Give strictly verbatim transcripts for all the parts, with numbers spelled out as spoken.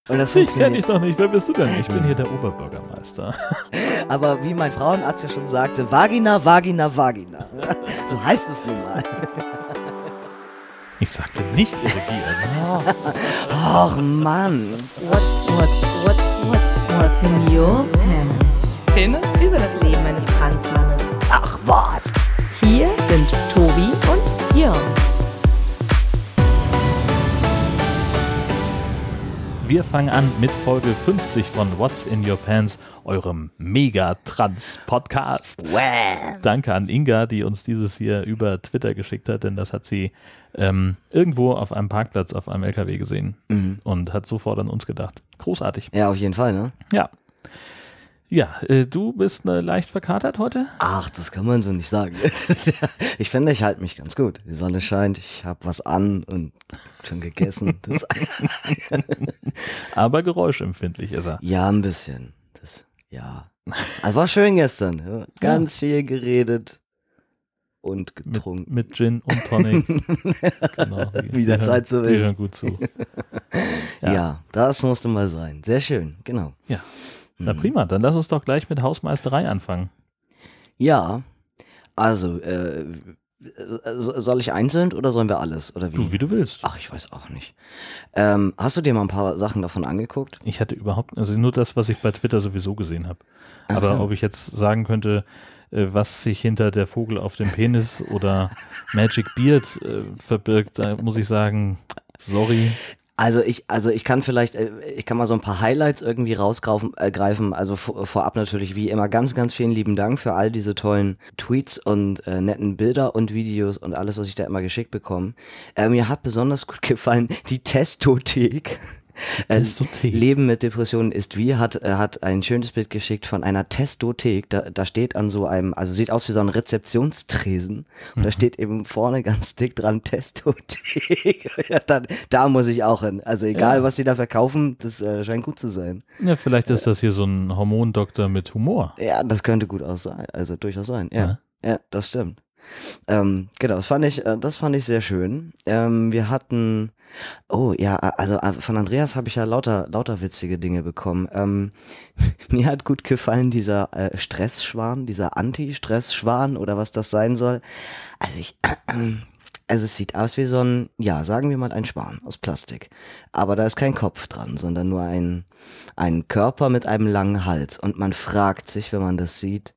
Und das Ich kenne dich doch nicht, wer bist du denn? Ich bin hier der Oberbürgermeister. Aber wie mein Frauenarzt ja schon sagte, Vagina, Vagina, Vagina. So heißt es nun mal. Ich sagte nicht irrigieren. Ach Mann. What, what, what, what, what's in your pants? Penis? Über das Leben eines Transmannes. Ach was. Hier sind Tobi und Jörn. Wir fangen an mit Folge fünfzig von What's in Your Pants, eurem Mega-Trans-Podcast. Wow. Danke an Inga, die uns dieses hier über Twitter geschickt hat, denn das hat sie ähm, irgendwo auf einem Parkplatz auf einem L K W gesehen Mhm. und hat sofort an uns gedacht. Großartig. Ja, auf jeden Fall, ne? Ja. Ja, äh, du bist äh, leicht verkatert heute? Ach, das kann man so nicht sagen. Ich finde, ich halte mich ganz gut. Die Sonne scheint, ich habe was an und schon gegessen. Das Aber geräuschempfindlich ist er. ja, ein bisschen. Das, ja. Also war schön gestern. Ja. Ganz viel geredet und Mit, getrunken. mit Gin und Tonic. Genau, die, Wie das die halt so hören, die ist. hören gut zu. Ja. Ja. das musste mal sein. Sehr schön, genau. Ja. Na prima, dann lass uns doch gleich mit Hausmeisterei anfangen. Ja, also, äh, so- soll ich einzeln oder sollen wir alles? Oder wie? Du, wie du willst. Ach, ich weiß auch nicht. Ähm, hast du dir mal ein paar Sachen davon angeguckt? Ich hatte überhaupt, also nur das, was ich bei Twitter sowieso gesehen habe. Ach Aber so. ob ich jetzt sagen könnte, äh, was sich hinter der Vogel auf dem Penis oder Magic Beard äh, verbirgt, da muss ich sagen, sorry. Also ich, also ich kann vielleicht, äh, ich kann mal so ein paar Highlights irgendwie rausgreifen. Äh, greifen. Also vor, vorab natürlich wie immer ganz, ganz vielen lieben Dank für all diese tollen Tweets und äh, netten Bilder und Videos und alles, was ich da immer geschickt bekomme. Äh, mir hat besonders gut gefallen die Testothek. Äh, Testothek. Leben mit Depressionen ist wie, hat, äh, hat ein schönes Bild geschickt von einer Testothek. Da, da steht an so einem, also sieht aus wie so ein Rezeptionstresen. Und da steht eben vorne ganz dick dran Testothek. Ja, da, da muss ich auch hin. Also egal, Ja. was die da verkaufen, das äh, scheint gut zu sein. Ja, vielleicht ist das hier so ein Hormondoktor mit Humor. Ja, das könnte gut aus sein. Also durchaus sein. Ja, Ja. ja, das stimmt. Ähm, genau, das fand ich, äh, das fand ich sehr schön. Ähm, wir hatten, oh ja, also äh, von Andreas habe ich ja lauter, lauter witzige Dinge bekommen. Ähm, mir hat gut gefallen dieser äh, Stressschwan, dieser Anti-Stress-Schwan oder was das sein soll. Also ich, also es sieht aus wie so ein, ja, sagen wir mal ein Schwan aus Plastik. Aber da ist kein Kopf dran, sondern nur ein, ein Körper mit einem langen Hals. Und man fragt sich, wenn man das sieht,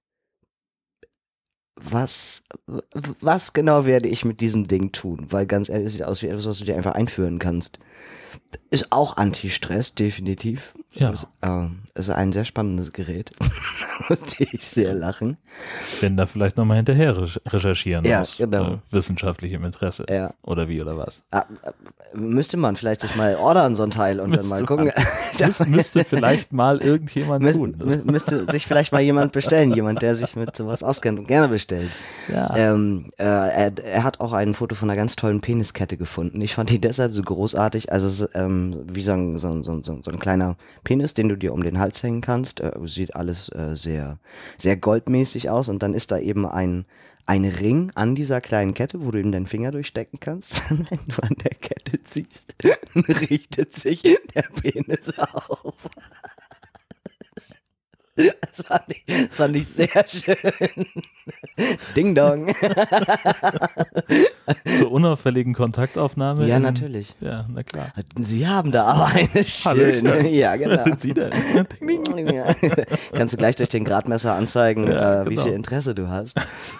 was, was genau werde ich mit diesem Ding tun? Weil ganz ehrlich, es sieht aus wie etwas, was du dir einfach einführen kannst. Ist auch Anti-Stress, definitiv. Ja. Ist, äh, ist ein sehr spannendes Gerät. Musste ich sehr lachen. Wenn da vielleicht nochmal hinterher recherch- recherchieren Ja, aus genau. äh, wissenschaftlichem Interesse. Ja. Oder wie oder was. Ah, äh, müsste man vielleicht sich mal ordern, so ein Teil, und dann mal Müsste gucken. Müs, müsste vielleicht mal irgendjemand Mü tun. Das, mü müsste sich vielleicht mal jemand bestellen, jemand, der sich mit sowas auskennt und gerne bestellt. ja. Ähm, äh, er, er hat auch ein Foto von einer ganz tollen Peniskette gefunden. Ich fand die deshalb so großartig. Also es ist, ähm, wie so ein, so, ein- so, ein- so, ein- so ein kleiner Penis, den du dir um den Hals hängen kannst. Äh, sieht alles äh, sehr, sehr goldmäßig aus. Und dann ist da eben ein, ein Ring an dieser kleinen Kette, wo du eben deinen Finger durchstecken kannst. Wenn du an der Kette ziehst, richtet sich der Penis auf. Das fand ich, das fand ich sehr schön. Ding Dong. Zur unauffälligen Kontaktaufnahme. Ja, in- natürlich. Ja, na klar. Sie haben da aber eine schöne. Hallöchen. Ja, genau. Wer sind Sie denn? Ding, ding. Ja. Kannst du gleich durch den Gradmesser anzeigen, Ja, äh, wie genau. viel Interesse du hast.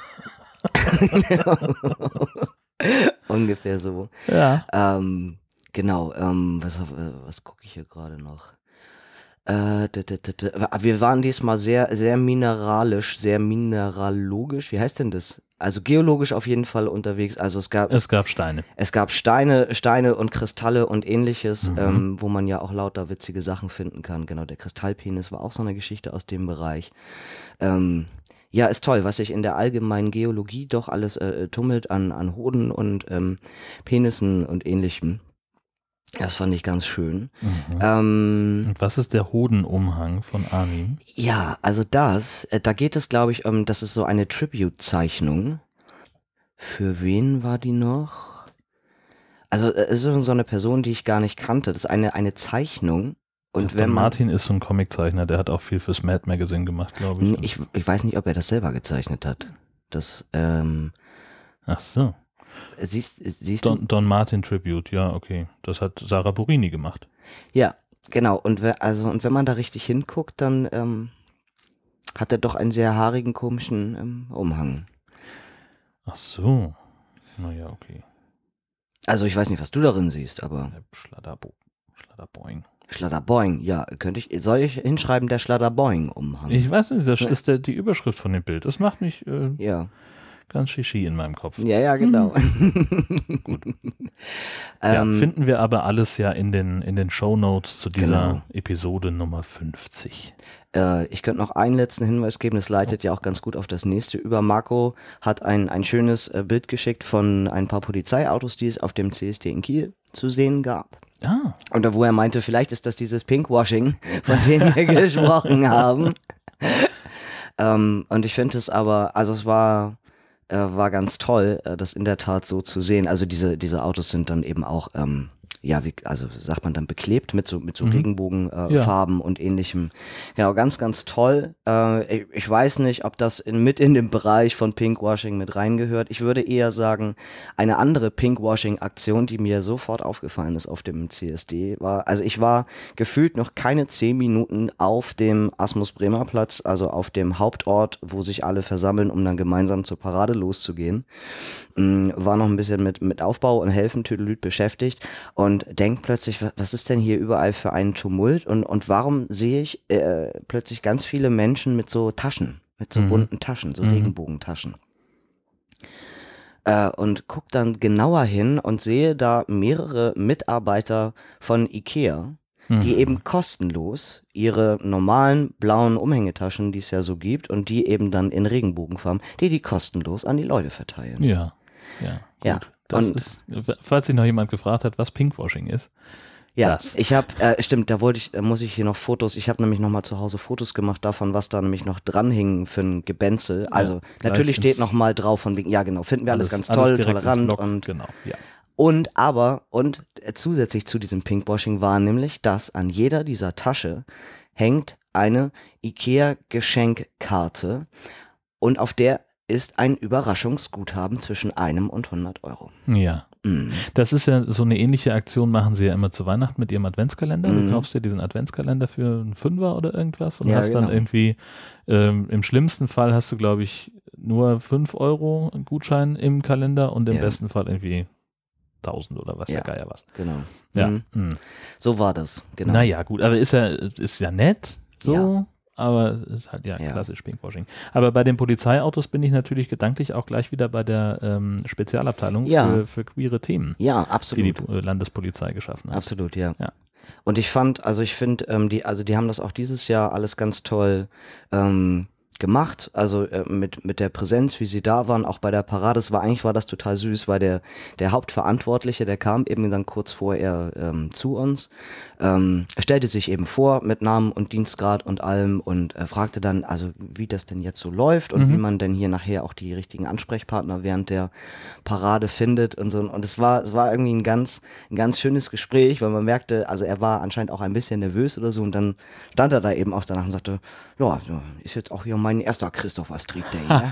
Ungefähr so. Ja. Ähm, genau, ähm, was, was gucke ich hier gerade noch? Äh, d- d- d- d- wir waren diesmal sehr, sehr mineralisch, sehr mineralogisch. Wie heißt denn das? Also geologisch auf jeden Fall unterwegs. Also es gab, Es gab Steine. es gab Steine, Steine und Kristalle und ähnliches, Mhm. ähm, wo man ja auch lauter witzige Sachen finden kann. Genau, der Kristallpenis war auch so eine Geschichte aus dem Bereich. Ähm, ja, ist toll, was sich in der allgemeinen Geologie doch alles äh, tummelt an, an Hoden und ähm, Penissen und ähnlichem. Das fand ich ganz schön. Mhm. Ähm, Und was ist der Hodenumhang von Armin? ja, also das, äh, da geht es, glaube ich, um, das ist so eine Tribute-Zeichnung. Für wen war die noch? Also äh, es ist so eine Person, die ich gar nicht kannte. Das ist eine, eine Zeichnung Und Don wenn man, Martin ist so ein Comiczeichner, der hat auch viel fürs Mad Magazine gemacht, glaube ich. ich, ich weiß nicht, ob er das selber gezeichnet hat. Das, ähm, Ach so. siehst, siehst du? Don, Don Martin Tribute, ja, okay. Das hat Sarah Burini gemacht. Ja, genau. Und we- also und wenn man da richtig hinguckt, dann ähm, hat er doch einen sehr haarigen, komischen ähm, Umhang. Ach so. Naja, okay. Also ich weiß nicht, was du darin siehst, aber Der Schladderbo Schladderboing. Schladderboing, ja, könnte ich, soll ich hinschreiben, der Schladderboing-Umhang? Ich weiß nicht, das ist der, die Überschrift von dem Bild. Das macht mich äh, Ja. ganz shishi in meinem Kopf. Ja, ja, genau. Gut. ähm, Ja, finden wir aber alles ja in den, in den Shownotes zu dieser Genau. Episode Nummer fünfzig. Äh, ich könnte noch einen letzten Hinweis geben, das leitet ja auch ganz gut auf das nächste über. Marco hat ein, ein schönes äh, Bild geschickt von ein paar Polizeiautos, die es auf dem C S D in Kiel zu sehen gab. Ah, Und da, wo er meinte, vielleicht ist das dieses Pinkwashing, von dem wir gesprochen haben. ähm, und ich finde es aber, also es war, äh, war ganz toll, äh, das in der Tat so zu sehen. Also diese, diese Autos sind dann eben auch, ähm, ja, wie, also sagt man dann beklebt mit so, mit so Mhm. Regenbogenfarben äh, Ja. Farben und ähnlichem. Genau, ganz, ganz toll. Äh, ich, ich weiß nicht, ob das in, mit in den Bereich von Pinkwashing mit reingehört. Ich würde eher sagen, eine andere Pinkwashing-Aktion, die mir sofort aufgefallen ist auf dem C S D, war, also ich war gefühlt noch keine zehn Minuten auf dem Asmus-Bremer-Platz, also auf dem Hauptort, wo sich alle versammeln, um dann gemeinsam zur Parade loszugehen. Mm, War noch ein bisschen mit, mit Aufbau und Helfen, Tüdelüt beschäftigt und denkt plötzlich, wa- was ist denn hier überall für einen Tumult und, und warum sehe ich äh, plötzlich ganz viele Menschen mit so Taschen, mit so Mhm. bunten Taschen, so Mhm. Regenbogentaschen. Äh, und guck dann genauer hin und sehe da mehrere Mitarbeiter von Ikea, die Mhm. eben kostenlos ihre normalen blauen Umhängetaschen, die es ja so gibt, und die eben dann in Regenbogenfarben, die die kostenlos an die Leute verteilen. Ja, ja, gut. Ja, Das und- ist, falls sich noch jemand gefragt hat, was Pinkwashing ist. Ja, Das. ich habe, äh, stimmt, da wollte ich, da muss ich hier noch Fotos, ich habe nämlich noch mal zu Hause Fotos gemacht davon, was da nämlich noch dranhing für ein Gebänzel. Also gleich natürlich steht ins- noch mal drauf von wegen, ja genau, finden wir alles, ganz toll, direkt ins tolerant Blog, und genau, ja. Und aber, und äh, zusätzlich zu diesem Pinkwashing war nämlich, dass an jeder dieser Tasche hängt eine IKEA-Geschenkkarte und auf der ist ein Überraschungsguthaben zwischen einem und hundert Euro. Ja. Mm. Das ist ja so eine ähnliche Aktion, machen sie ja immer zu Weihnachten mit ihrem Adventskalender. Mhm. Du kaufst dir diesen Adventskalender für einen Fünfer oder irgendwas und Ja, hast dann genau. irgendwie, ähm, im schlimmsten Fall hast du, glaube ich, nur fünf Euro Gutschein im Kalender und im Ja. besten Fall irgendwie tausend oder was Ja. der Geier was. Genau. Ja. Mhm. Mhm. So war das, genau. Naja, gut, aber ist ja, ist ja nett, so, Ja. aber es ist halt ja, Ja. klassisch Pinkwashing. Aber bei den Polizeiautos bin ich natürlich gedanklich auch gleich wieder bei der ähm, Spezialabteilung Ja. für, für queere Themen, Ja, die absolut. die äh, Landespolizei geschaffen hat. Absolut, ja. Ja. Und ich fand, also ich finde, ähm, die, also die haben das auch dieses Jahr alles ganz toll ähm, gemacht, also äh, mit mit der Präsenz, wie sie da waren, auch bei der Parade. Es war eigentlich war das total süß, weil der der Hauptverantwortliche, der kam eben dann kurz vorher ähm, zu uns, ähm, er stellte sich eben vor mit Namen und Dienstgrad und allem und äh, fragte dann, also wie das denn jetzt so läuft und Mhm. wie man denn hier nachher auch die richtigen Ansprechpartner während der Parade findet und so. Und es war es war irgendwie ein ganz ein ganz schönes Gespräch, weil man merkte, also er war anscheinend auch ein bisschen nervös oder so und dann stand er da eben auch danach und sagte, ja, so, ist jetzt auch hier mein erster Christopher Street Day. Ne?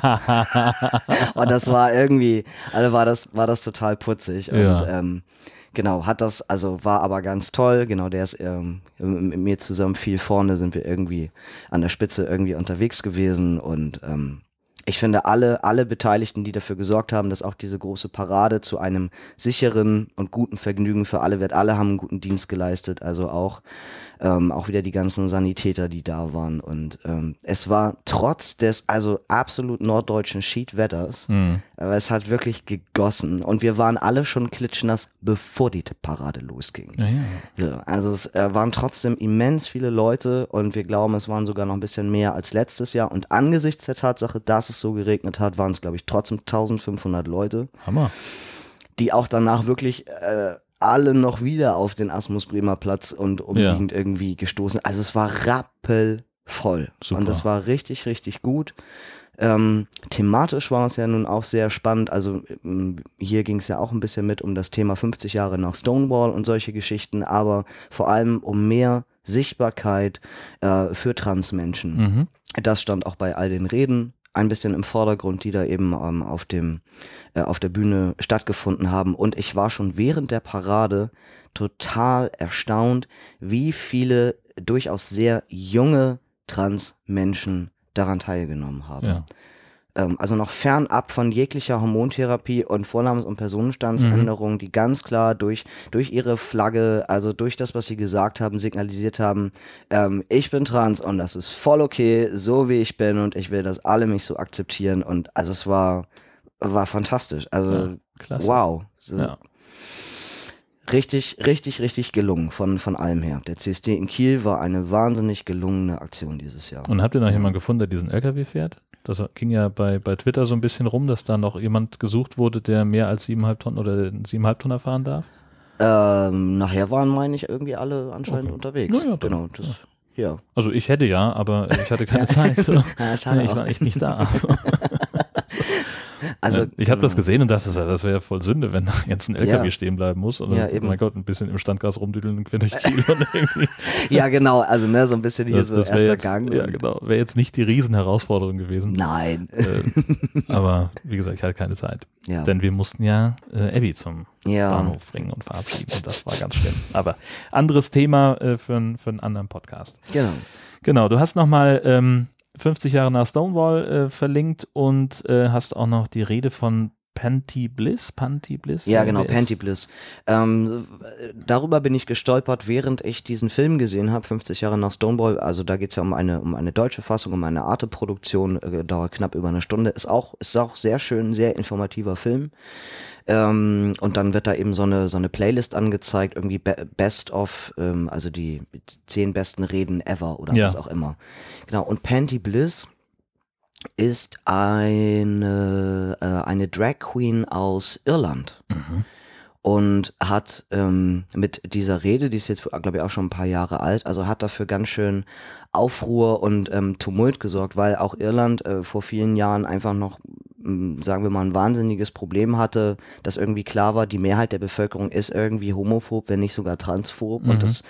Und das war irgendwie, also war das, war das total putzig. Und Ja. ähm, genau, hat das, also war aber ganz toll. Genau, der ist ähm, mit mir zusammen viel vorne, sind wir irgendwie an der Spitze irgendwie unterwegs gewesen und ähm, ich finde, alle, alle Beteiligten, die dafür gesorgt haben, dass auch diese große Parade zu einem sicheren und guten Vergnügen für alle wird, alle haben einen guten Dienst geleistet, also auch, ähm, auch wieder die ganzen Sanitäter, die da waren. Und ähm, es war trotz des also absolut norddeutschen Schiedwetters, Mhm. aber es hat wirklich gegossen und wir waren alle schon klitschnass, bevor die Parade losging. Ja, ja. Ja, also es äh, waren trotzdem immens viele Leute und wir glauben, es waren sogar noch ein bisschen mehr als letztes Jahr. Und angesichts der Tatsache, dass es so geregnet hat, waren es, glaube ich, trotzdem eintausendfünfhundert Leute, Hammer. die auch danach wirklich äh, alle noch wieder auf den Asmus-Bremer-Platz und umliegend irgendwie gestoßen. Also es war rappelvoll. Super. Und das war richtig, richtig gut. Ähm, thematisch war es ja nun auch sehr spannend, also ähm, hier ging es ja auch ein bisschen mit um das Thema fünfzig Jahre nach Stonewall und solche Geschichten, aber vor allem um mehr Sichtbarkeit äh, für Transmenschen. Mhm. Das stand auch bei all den Reden ein bisschen im Vordergrund, die da eben ähm, auf dem äh, auf der Bühne stattgefunden haben. Und ich war schon während der Parade total erstaunt, wie viele durchaus sehr junge Transmenschen daran teilgenommen haben. Ja. Ähm, also noch fernab von jeglicher Hormontherapie und Vornamens- und Personenstandsänderung, mhm. die ganz klar durch, durch ihre Flagge, also durch das, was sie gesagt haben, signalisiert haben, ähm, ich bin trans und das ist voll okay, so wie ich bin und ich will, dass alle mich so akzeptieren. Und also es war, war fantastisch. Also ja, klasse. Wow. So, ja. Richtig, richtig, richtig gelungen von, von allem her. Der C S D in Kiel war eine wahnsinnig gelungene Aktion dieses Jahr. Und habt ihr noch jemanden gefunden, der diesen L K W fährt? Das ging ja bei, bei Twitter so ein bisschen rum, dass da noch jemand gesucht wurde, der mehr als siebeneinhalb Tonnen oder siebeneinhalb Tonner fahren darf? Ähm, nachher waren, meine ich, irgendwie alle anscheinend okay. unterwegs. Ja, ja, genau, das, ja. ja. Also ich hätte ja, aber ich hatte keine Zeit. So. ja, schade ich war echt nicht da. Also. Also, ich habe das gesehen und dachte, das wäre ja voll Sünde, wenn da jetzt ein L K W ja. stehen bleiben muss und ja, dann, eben. oh mein Gott, ein bisschen im Standgas rumdüdeln quer durch Kiel und irgendwie. Ja, genau, also ne, so ein bisschen hier das, so das erster jetzt, Gang. Ja, genau, wäre jetzt nicht die Riesenherausforderung gewesen. Nein. Äh, aber wie gesagt, ich hatte keine Zeit. Ja. Denn wir mussten ja äh, Abby zum ja. Bahnhof bringen und verabschieden und das war ganz schlimm. Aber anderes Thema äh, für, ein, für einen anderen Podcast. Genau. Genau, du hast nochmal ähm, fünfzig Jahre nach Stonewall äh, verlinkt und äh, hast auch noch die Rede von Panty Bliss, Panty Bliss? Ja, genau, Panty Bliss. Ähm, darüber bin ich gestolpert, während ich diesen Film gesehen habe, fünfzig Jahre nach Stonewall. Also da geht's ja um eine um eine deutsche Fassung, um eine Arte-Produktion, äh, dauert knapp über eine Stunde. Ist auch ist auch sehr schön, sehr informativer Film. Ähm, und dann wird da eben so eine so eine Playlist angezeigt, irgendwie be Best of, ähm, also die zehn besten Reden ever oder ja. was auch immer. Genau. Und Panty Bliss ist eine äh, eine Drag Queen aus Irland mhm. und hat ähm, mit dieser Rede, die ist jetzt glaube ich auch schon ein paar Jahre alt, also hat dafür ganz schön Aufruhr und ähm, Tumult gesorgt, weil auch Irland äh, vor vielen Jahren einfach noch, mh, sagen wir mal, ein wahnsinniges Problem hatte, dass irgendwie klar war, die Mehrheit der Bevölkerung ist irgendwie homophob, wenn nicht sogar transphob mhm. und das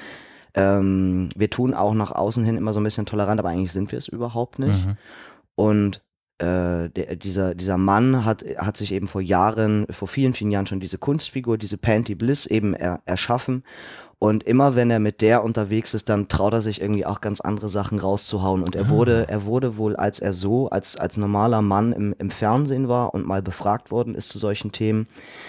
ähm, wir tun auch nach außen hin immer so ein bisschen tolerant, aber eigentlich sind wir es überhaupt nicht. Mhm. Und äh, der, dieser, dieser Mann hat, hat sich eben vor Jahren, vor vielen, vielen Jahren schon diese Kunstfigur, diese Panty Bliss eben er, erschaffen. Und immer wenn er mit der unterwegs ist, dann traut er sich irgendwie auch ganz andere Sachen rauszuhauen. Und er wurde, er wurde wohl, als er so, als, als normaler Mann im, im Fernsehen war und mal befragt worden ist zu solchen Themen,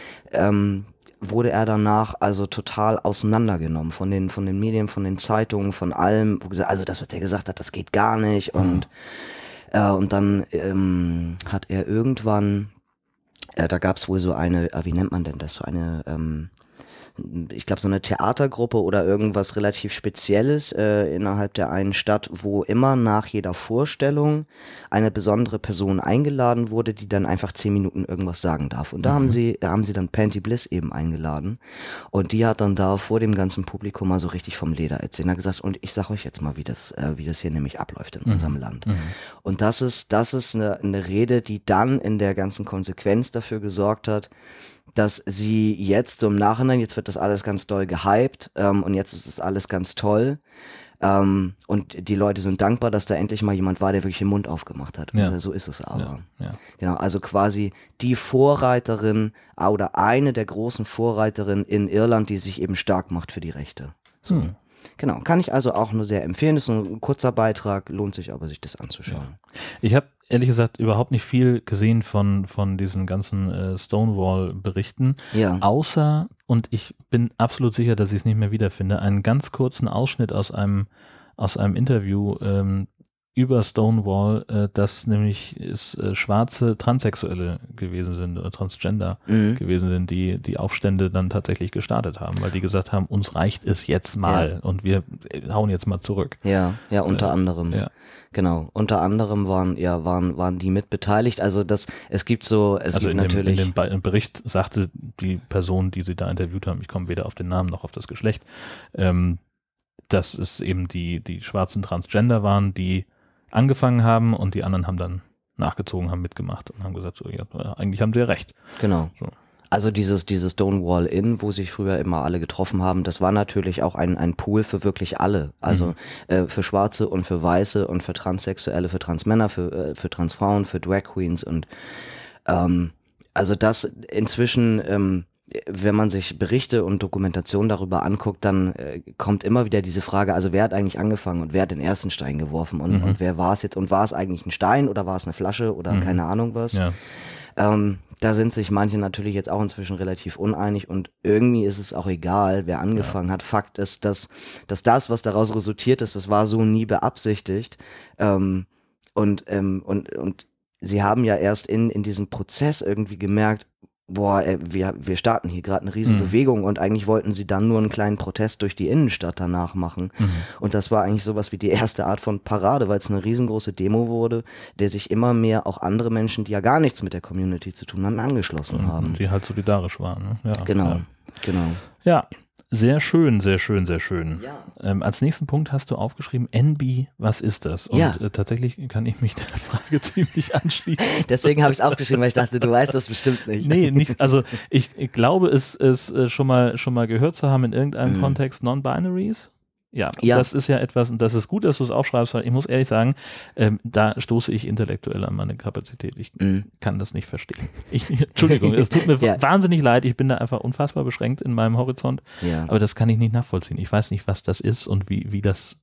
ähm, wurde er danach also total auseinandergenommen von den, von den Medien, von den Zeitungen, von allem. Also das, was er gesagt hat, das geht gar nicht. Und Äh, und dann ähm, hat er irgendwann, äh, da gab es wohl so eine, äh, wie nennt man denn das, so eine, ähm, ich glaube so eine Theatergruppe oder irgendwas relativ Spezielles äh, innerhalb der einen Stadt, wo immer nach jeder Vorstellung eine besondere Person eingeladen wurde, die dann einfach zehn Minuten irgendwas sagen darf. Und da mhm. haben sie, da haben sie dann Panty Bliss eben eingeladen und die hat dann da vor dem ganzen Publikum mal so richtig vom Leder erzählt. Hat gesagt, und ich sag euch jetzt mal, wie das, äh, wie das hier nämlich abläuft in mhm. unserem Land. Mhm. Und das ist, das ist eine, eine Rede, die dann in der ganzen Konsequenz dafür gesorgt hat, dass sie jetzt so im Nachhinein, jetzt wird das alles ganz doll gehypt ähm, und jetzt ist das alles ganz toll ähm, und die Leute sind dankbar, dass da endlich mal jemand war, der wirklich den Mund aufgemacht hat. Ja. Also so ist es aber. Ja. Ja. Genau, also quasi die Vorreiterin oder eine der großen Vorreiterinnen in Irland, die sich eben stark macht für die Rechte. So. Hm. Genau, kann ich also auch nur sehr empfehlen. Das ist ein kurzer Beitrag, lohnt sich aber, sich das anzuschauen. Ja. Ich habe ehrlich gesagt überhaupt nicht viel gesehen von, von diesen ganzen äh, Stonewall-Berichten, ja. außer, und ich bin absolut sicher, dass ich es nicht mehr wiederfinde, einen ganz kurzen Ausschnitt aus einem, aus einem Interview ähm, über Stonewall, äh, dass nämlich es äh, schwarze Transsexuelle gewesen sind oder Transgender mhm. gewesen sind, die die Aufstände dann tatsächlich gestartet haben, weil die gesagt haben, uns reicht es jetzt mal ja. und wir hauen jetzt mal zurück. Ja, ja, unter äh, anderem. Ja. Genau, unter anderem waren ja waren waren die mit beteiligt. Also das, es gibt so, es also gibt in natürlich. Dem, in dem Be- Bericht sagte die Person, die sie da interviewt haben, ich komme weder auf den Namen noch auf das Geschlecht, ähm, dass es eben die die schwarzen Transgender waren, die angefangen haben und die anderen haben dann nachgezogen haben, mitgemacht und haben gesagt, so, ja, eigentlich haben sie ja recht. Genau. So. Also dieses, dieses Stonewall Inn, wo sich früher immer alle getroffen haben, das war natürlich auch ein, ein Pool für wirklich alle. Also mhm. äh, für Schwarze und für Weiße und für Transsexuelle, für Transmänner, für, äh, für Transfrauen, für Drag Queens und ähm, also das inzwischen, ähm, wenn man sich Berichte und Dokumentation darüber anguckt, dann äh, kommt immer wieder diese Frage, also wer hat eigentlich angefangen und wer hat den ersten Stein geworfen und, mhm. und wer war es jetzt und war es eigentlich ein Stein oder war es eine Flasche oder mhm. keine Ahnung was. Ja. Ähm, da sind sich manche natürlich jetzt auch inzwischen relativ uneinig und irgendwie ist es auch egal, wer angefangen ja. hat. Fakt ist, dass, dass das, was daraus resultiert ist, das war so nie beabsichtigt. Ähm, und, ähm, und, und sie haben ja erst in, in diesem Prozess irgendwie gemerkt, boah, ey, wir, wir starten hier gerade eine riesen mhm. Bewegung und eigentlich wollten sie dann nur einen kleinen Protest durch die Innenstadt danach machen. Mhm. Und das war eigentlich sowas wie die erste Art von Parade, weil es eine riesengroße Demo wurde, der sich immer mehr auch andere Menschen, die ja gar nichts mit der Community zu tun hatten, angeschlossen mhm. haben. Und die halt solidarisch waren. Ne? Ja, genau, ja. genau. Ja, sehr schön, sehr schön, sehr schön. Ja. Ähm, als nächsten Punkt hast du aufgeschrieben, N B, was ist das? Und ja. äh, tatsächlich kann ich mich der Frage ziemlich anschließen. Deswegen habe ich es aufgeschrieben, weil ich dachte, du weißt das bestimmt nicht. Nee, nicht, also ich, ich glaube, es, es äh, schon mal schon mal gehört zu haben in irgendeinem mhm. Kontext, Non-Binaries. Ja, ja, das ist ja etwas, und das ist gut, dass du es aufschreibst, weil ich muss ehrlich sagen, ähm, da stoße ich intellektuell an meine Kapazität. Ich mm. kann das nicht verstehen. Ich, Entschuldigung, es tut mir ja. wahnsinnig leid, ich bin da einfach unfassbar beschränkt in meinem Horizont, ja. aber das kann ich nicht nachvollziehen. Ich weiß nicht, was das ist und wie, wie das,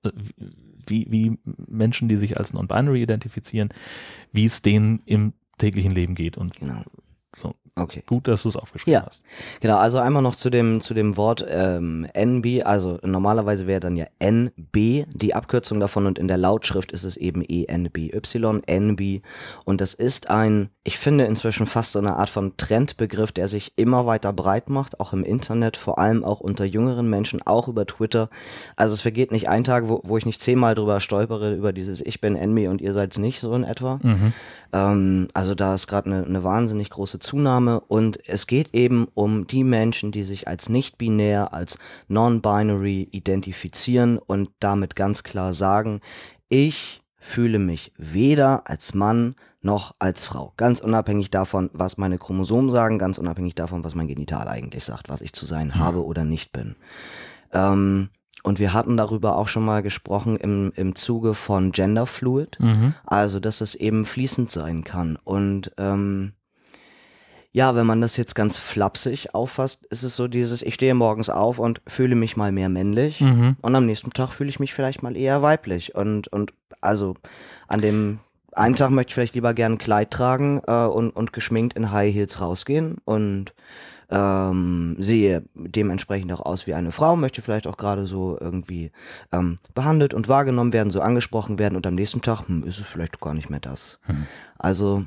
wie, wie Menschen, die sich als Non-Binary identifizieren, wie es denen im täglichen Leben geht und genau. so. Okay. Gut, dass du es aufgeschrieben ja. hast. Genau, also einmal noch zu dem, zu dem Wort ähm, N B, also normalerweise wäre dann ja N B die Abkürzung davon und in der Lautschrift ist es eben E N B Y, N B und das ist ein, ich finde inzwischen fast so eine Art von Trendbegriff, der sich immer weiter breit macht, auch im Internet, vor allem auch unter jüngeren Menschen, auch über Twitter. Also es vergeht nicht ein Tag, wo, wo ich nicht zehnmal drüber stolpere, über dieses Ich bin N B und ihr seid's nicht, so in etwa. Mhm. Ähm, also da ist gerade eine, eine wahnsinnig große Zunahme und es geht eben um die Menschen, die sich als nicht-binär, als non-binary identifizieren und damit ganz klar sagen, ich fühle mich weder als Mann noch als Frau. Ganz unabhängig davon, was meine Chromosomen sagen, ganz unabhängig davon, was mein Genital eigentlich sagt, was ich zu sein habe oder nicht bin. Ähm, Und wir hatten darüber auch schon mal gesprochen im, im Zuge von Genderfluid, mhm. also dass es eben fließend sein kann. Und ähm, ja, wenn man das jetzt ganz flapsig auffasst, ist es so dieses, ich stehe morgens auf und fühle mich mal mehr männlich mhm. und am nächsten Tag fühle ich mich vielleicht mal eher weiblich. Und, und also an dem einen Tag möchte ich vielleicht lieber gerne ein Kleid tragen äh, und, und geschminkt in High Heels rausgehen und Ähm, sehe dementsprechend auch aus wie eine Frau, möchte vielleicht auch gerade so irgendwie ähm, behandelt und wahrgenommen werden, so angesprochen werden und am nächsten Tag hm, ist es vielleicht gar nicht mehr das. Hm. Also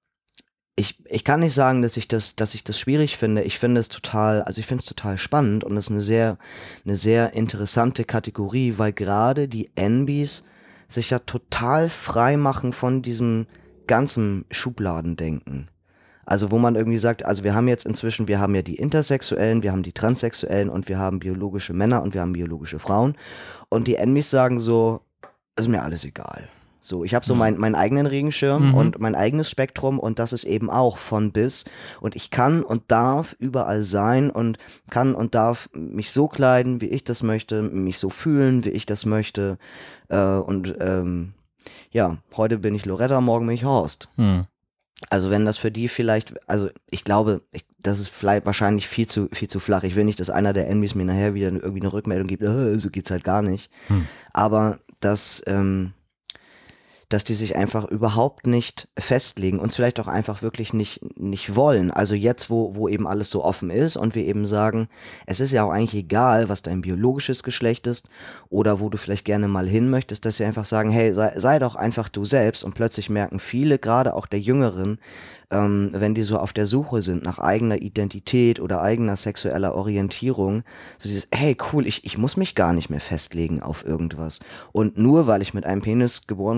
ich, ich kann nicht sagen, dass ich das, dass ich das schwierig finde. Ich finde es total, also ich finde es total spannend und es ist eine sehr, eine sehr interessante Kategorie, weil gerade die N Bs sich ja total frei machen von diesem ganzen Schubladendenken. Also wo man irgendwie sagt, also wir haben jetzt inzwischen, wir haben ja die Intersexuellen, wir haben die Transsexuellen und wir haben biologische Männer und wir haben biologische Frauen und die N Bs sagen so, ist mir alles egal. So, ich habe so mein, meinen eigenen Regenschirm mhm. und mein eigenes Spektrum und das ist eben auch von bis und ich kann und darf überall sein und kann und darf mich so kleiden, wie ich das möchte, mich so fühlen, wie ich das möchte äh, und ähm, ja, heute bin ich Loretta, morgen bin ich Horst. Mhm. Also wenn das für die vielleicht, also ich glaube, ich, das ist vielleicht wahrscheinlich viel zu viel zu flach. Ich will nicht, dass einer der N Bs mir nachher wieder irgendwie eine Rückmeldung gibt, äh, so geht's halt gar nicht. Hm. Aber dass, ähm, dass die sich einfach überhaupt nicht festlegen und vielleicht auch einfach wirklich nicht nicht wollen. Also jetzt, wo wo eben alles so offen ist und wir eben sagen, es ist ja auch eigentlich egal, was dein biologisches Geschlecht ist oder wo du vielleicht gerne mal hin möchtest, dass sie einfach sagen, hey, sei, sei doch einfach du selbst und plötzlich merken viele, gerade auch der Jüngeren, ähm, wenn die so auf der Suche sind nach eigener Identität oder eigener sexueller Orientierung, so dieses, hey, cool, ich ich muss mich gar nicht mehr festlegen auf irgendwas. Und nur weil ich mit einem Penis geboren wurde, heißt das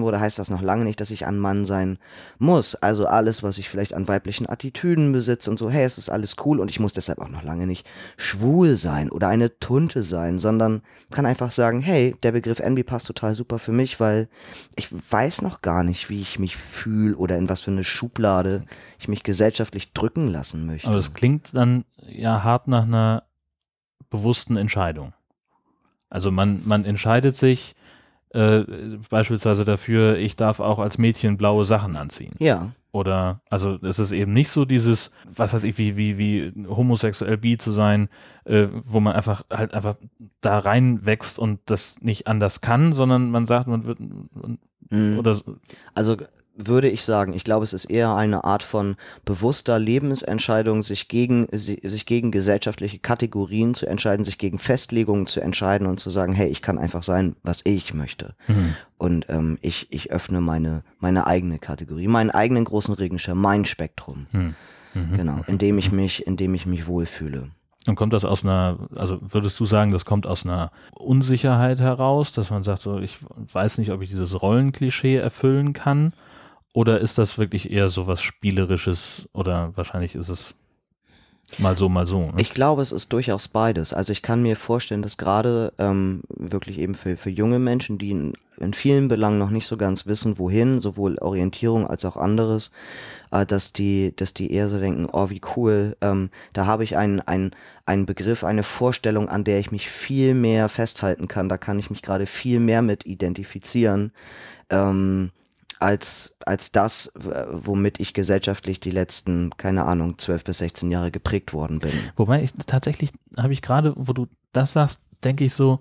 das noch lange nicht, dass ich ein Mann sein muss. Also alles, was ich vielleicht an weiblichen Attitüden besitze und so, hey, es ist alles cool und ich muss deshalb auch noch lange nicht schwul sein oder eine Tunte sein, sondern kann einfach sagen, hey, der Begriff N B passt total super für mich, weil ich weiß noch gar nicht, wie ich mich fühle oder in was für eine Schublade ich mich gesellschaftlich drücken lassen möchte. Aber das klingt dann ja hart nach einer bewussten Entscheidung. Also man, man entscheidet sich äh, beispielsweise dafür, ich darf auch als Mädchen blaue Sachen anziehen. Ja. Oder, also es ist eben nicht so dieses, was weiß ich, wie, wie, wie homosexuell bi zu sein, äh, wo man einfach halt einfach da reinwächst und das nicht anders kann, sondern man sagt, man wird man, Mhm. oder Also würde ich sagen, ich glaube, es ist eher eine Art von bewusster Lebensentscheidung, sich gegen, si- sich gegen gesellschaftliche Kategorien zu entscheiden, sich gegen Festlegungen zu entscheiden und zu sagen, hey, ich kann einfach sein, was ich möchte. Mhm. Und ähm, ich, ich öffne meine, meine eigene Kategorie, meinen eigenen großen Regenschirm, mein Spektrum. Mhm. Mhm. Genau, indem ich mich, indem ich mich wohlfühle. Und kommt das aus einer, also würdest du sagen, das kommt aus einer Unsicherheit heraus, dass man sagt, so ich weiß nicht, ob ich dieses Rollenklischee erfüllen kann, oder ist das wirklich eher so was Spielerisches oder wahrscheinlich ist es mal so, mal so? Ne? Ich glaube, es ist durchaus beides. Also ich kann mir vorstellen, dass gerade ähm, wirklich eben für, für junge Menschen, die in, in vielen Belangen noch nicht so ganz wissen, wohin, sowohl Orientierung als auch anderes, äh, dass die, dass die eher so denken, oh wie cool, ähm, da habe ich einen, einen, einen Begriff, eine Vorstellung, an der ich mich viel mehr festhalten kann, da kann ich mich gerade viel mehr mit identifizieren, ähm, als, als das, w- womit ich gesellschaftlich die letzten, keine Ahnung, zwölf bis sechzehn Jahre geprägt worden bin. Wobei ich tatsächlich, habe ich gerade, wo du das sagst, denke ich so,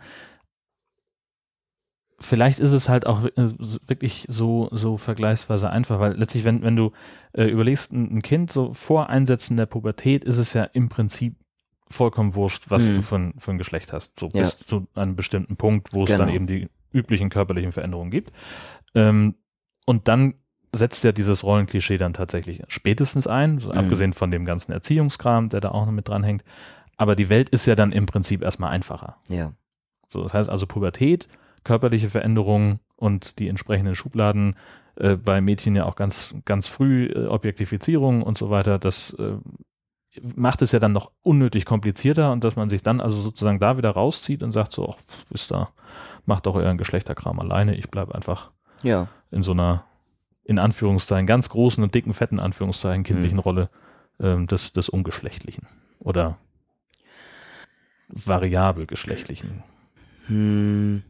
vielleicht ist es halt auch äh, wirklich so, so vergleichsweise einfach, weil letztlich, wenn, wenn du äh, überlegst, ein, ein Kind so vor Einsetzen der Pubertät, ist es ja im Prinzip vollkommen wurscht, was Mhm. du für, ein- für ein Geschlecht hast. So Ja. bis zu einem bestimmten Punkt, wo es Genau. dann eben die üblichen körperlichen Veränderungen gibt. Ähm, und dann setzt ja dieses Rollenklischee dann tatsächlich spätestens ein, so Mhm. abgesehen von dem ganzen Erziehungskram, der da auch noch mit dranhängt. Aber die Welt ist ja dann im Prinzip erstmal einfacher. Ja. So, das heißt also Pubertät, körperliche Veränderungen und die entsprechenden Schubladen, äh, bei Mädchen ja auch ganz, ganz früh äh, Objektifizierung und so weiter, das äh, macht es ja dann noch unnötig komplizierter und dass man sich dann also sozusagen da wieder rauszieht und sagt so, ach, wisst ihr, macht doch euren Geschlechterkram alleine, ich bleibe einfach Ja. in so einer, in Anführungszeichen, ganz großen und dicken, fetten Anführungszeichen kindlichen Mhm. Rolle ähm, des, des Ungeschlechtlichen oder variabel geschlechtlichen. Hm.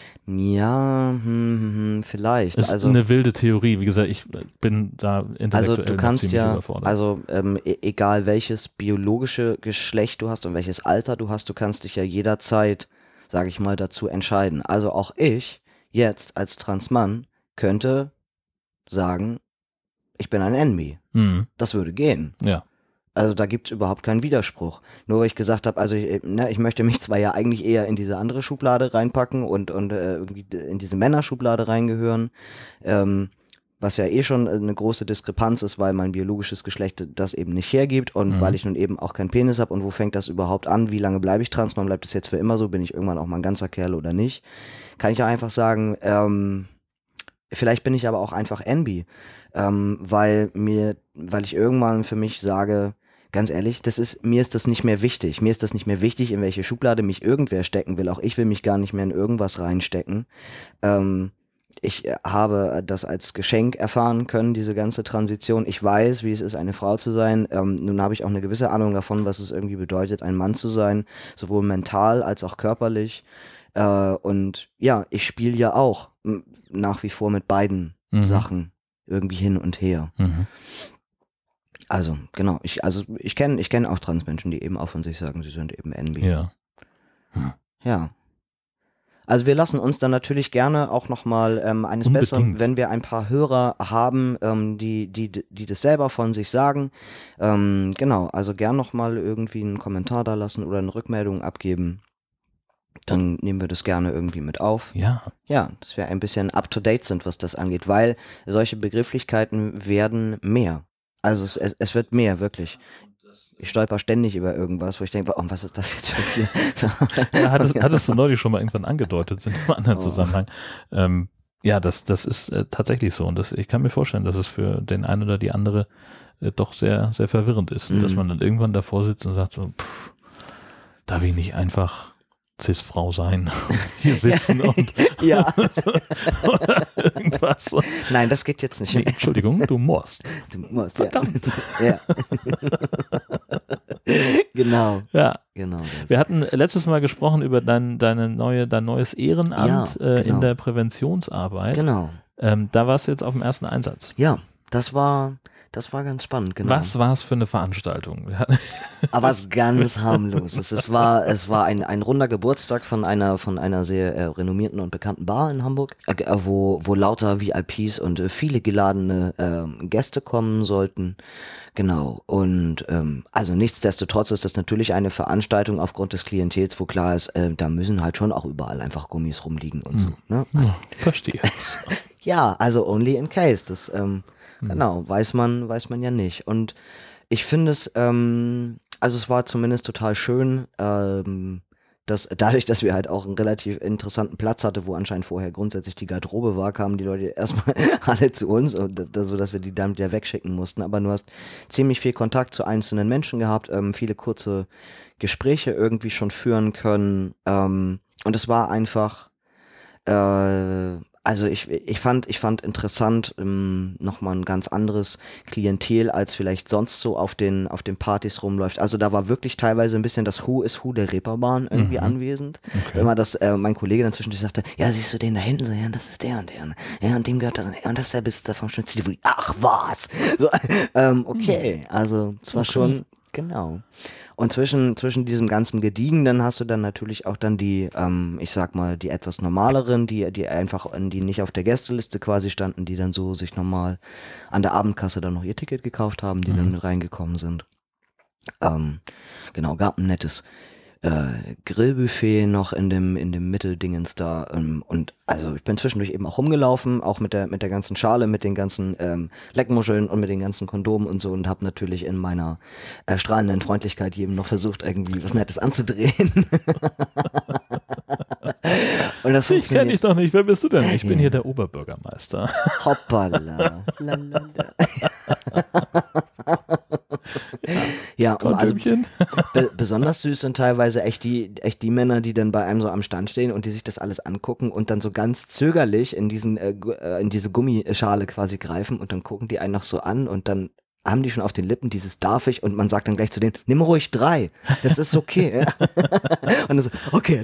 Ja, hm, hm, hm, vielleicht. Ist Also, eine wilde Theorie. Wie gesagt, ich bin da intellektuell also du noch kannst ziemlich ja, überfordert. also ähm, e- egal welches biologische Geschlecht du hast und welches Alter du hast, du kannst dich ja jederzeit, sage ich mal, dazu entscheiden. Also auch ich jetzt als Transmann könnte sagen, ich bin ein N B. Hm, Das würde gehen. ja. Also da gibt's überhaupt keinen Widerspruch. Nur weil ich gesagt habe, also ich, ne, ich möchte mich zwar ja eigentlich eher in diese andere Schublade reinpacken und, und äh, irgendwie in diese Männerschublade reingehören, ähm, was ja eh schon eine große Diskrepanz ist, weil mein biologisches Geschlecht das eben nicht hergibt und Mhm. weil ich nun eben auch keinen Penis habe und wo fängt das überhaupt an, wie lange bleibe ich trans, man bleibt es jetzt für immer so, bin ich irgendwann auch mal ein ganzer Kerl oder nicht, kann ich ja einfach sagen, ähm, vielleicht bin ich aber auch einfach N B, ähm, weil mir, weil ich irgendwann für mich sage, ganz ehrlich, das ist, mir ist das nicht mehr wichtig. Mir ist das nicht mehr wichtig, in welche Schublade mich irgendwer stecken will. Auch ich will mich gar nicht mehr in irgendwas reinstecken. Ähm, ich äh, habe das als Geschenk erfahren können, diese ganze Transition. Ich weiß, wie es ist, eine Frau zu sein. Ähm, nun habe ich auch eine gewisse Ahnung davon, was es irgendwie bedeutet, ein Mann zu sein, sowohl mental als auch körperlich. Äh, und ja, ich spiele ja auch m, nach wie vor mit beiden Mhm. Sachen irgendwie hin und her. Mhm. Also, genau, ich, also ich kenne ich kenn auch Transmenschen, die eben auch von sich sagen, sie sind eben N B. Ja. Ja. Also wir lassen uns dann natürlich gerne auch nochmal ähm, eines Unbedingt. Besseren, wenn wir ein paar Hörer haben, ähm, die, die, die das selber von sich sagen. Ähm, genau, also gern nochmal irgendwie einen Kommentar da lassen oder eine Rückmeldung abgeben. Dann nehmen wir das gerne irgendwie mit auf. Ja. Ja, dass wir ein bisschen up-to-date sind, was das angeht, weil solche Begrifflichkeiten werden mehr. Also es, es, es wird mehr, wirklich. Ich stolper ständig über irgendwas, wo ich denke, oh, was ist das jetzt für viel? Ja, hattest, hattest du neulich schon mal irgendwann angedeutet in einem anderen Oh. Zusammenhang. Ähm, Ja, das, das ist äh, tatsächlich so. Und das, ich kann mir vorstellen, dass es für den einen oder die andere äh, doch sehr, sehr verwirrend ist. Mhm. Dass man dann irgendwann davor sitzt und sagt so, pff, darf ich nicht einfach Cis-Frau sein, hier sitzen und Ja. oder irgendwas. Nein, das geht jetzt nicht. Nee, Entschuldigung, du musst. Du musst, Verdammt. Ja. ja. Genau, Ja, genau. Das. wir hatten letztes Mal gesprochen über dein, deine neue, dein neues Ehrenamt Ja, äh, genau. in der Präventionsarbeit. Genau. Ähm, da warst du jetzt auf dem ersten Einsatz. Ja, das war, das war ganz spannend, genau. Was war es für eine Veranstaltung? Wir hatten- Aber was ganz harmloses. Es war, es war ein, ein runder Geburtstag von einer, von einer sehr äh, renommierten und bekannten Bar in Hamburg, äh, wo, wo lauter V I Ps und äh, viele geladene ähm, Gäste kommen sollten. Genau. Und ähm, also nichtsdestotrotz ist das natürlich eine Veranstaltung aufgrund des Klientels, wo klar ist, äh, da müssen halt schon auch überall einfach Gummis rumliegen und so. Ne? Also, Ja, verstehe. ja, also only in case. Das ähm, genau weiß man, weiß man ja nicht. Und ich finde es, ähm, also es war zumindest total schön, ähm, dass dadurch, dass wir halt auch einen relativ interessanten Platz hatte, wo anscheinend vorher grundsätzlich die Garderobe war, kamen die Leute erstmal alle zu uns, und das, so dass wir die dann wieder wegschicken mussten. Aber du hast ziemlich viel Kontakt zu einzelnen Menschen gehabt, ähm, viele kurze Gespräche irgendwie schon führen können. Ähm, und es war einfach äh, also ich, ich fand, ich fand interessant, ähm, nochmal ein ganz anderes Klientel, als vielleicht sonst so auf den, auf den Partys rumläuft. Also da war wirklich teilweise ein bisschen das Who is Who der Reeperbahn irgendwie Mhm. anwesend. Okay. Immer, dass äh, mein Kollege dann zwischendurch sagte, ja, siehst du den da hinten? So, ja, das ist der und der. Ja, und dem gehört das. Und das ist der Besitzer vom Schnitzel. Ach was! So, ähm, okay, also es war Okay. schon, genau. Und zwischen, zwischen diesem ganzen Gediegen, dann hast du dann natürlich auch dann die, ähm, ich sag mal, die etwas normaleren, die, die einfach, die nicht auf der Gästeliste quasi standen, die dann so sich normal an der Abendkasse dann noch ihr Ticket gekauft haben, die Mhm. dann reingekommen sind. Ähm, genau, gab ein nettes äh, Grillbuffet noch in dem, in dem Mitteldingens da, ähm, und also ich bin zwischendurch eben auch rumgelaufen, auch mit der, mit der ganzen Schale, mit den ganzen ähm, Leckmuscheln und mit den ganzen Kondomen und so, und habe natürlich in meiner äh, strahlenden Freundlichkeit jedem noch versucht, irgendwie was Nettes anzudrehen. Und das Ich kenne funktioniert. dich doch nicht. Wer bist du denn? Ich bin Ja. hier der Oberbürgermeister. Hoppala. Lalala. Ja, und also Kondömchen? be besonders süß sind teilweise echt die, echt die Männer, die dann bei einem so am Stand stehen und die sich das alles angucken und dann so ganz zögerlich in diesen äh, gu- äh, in diese Gummischale quasi greifen, und dann gucken die einen noch so an, und dann haben die schon auf den Lippen dieses darf ich, und man sagt dann gleich zu denen, nimm ruhig drei, das ist okay. Und dann so, okay.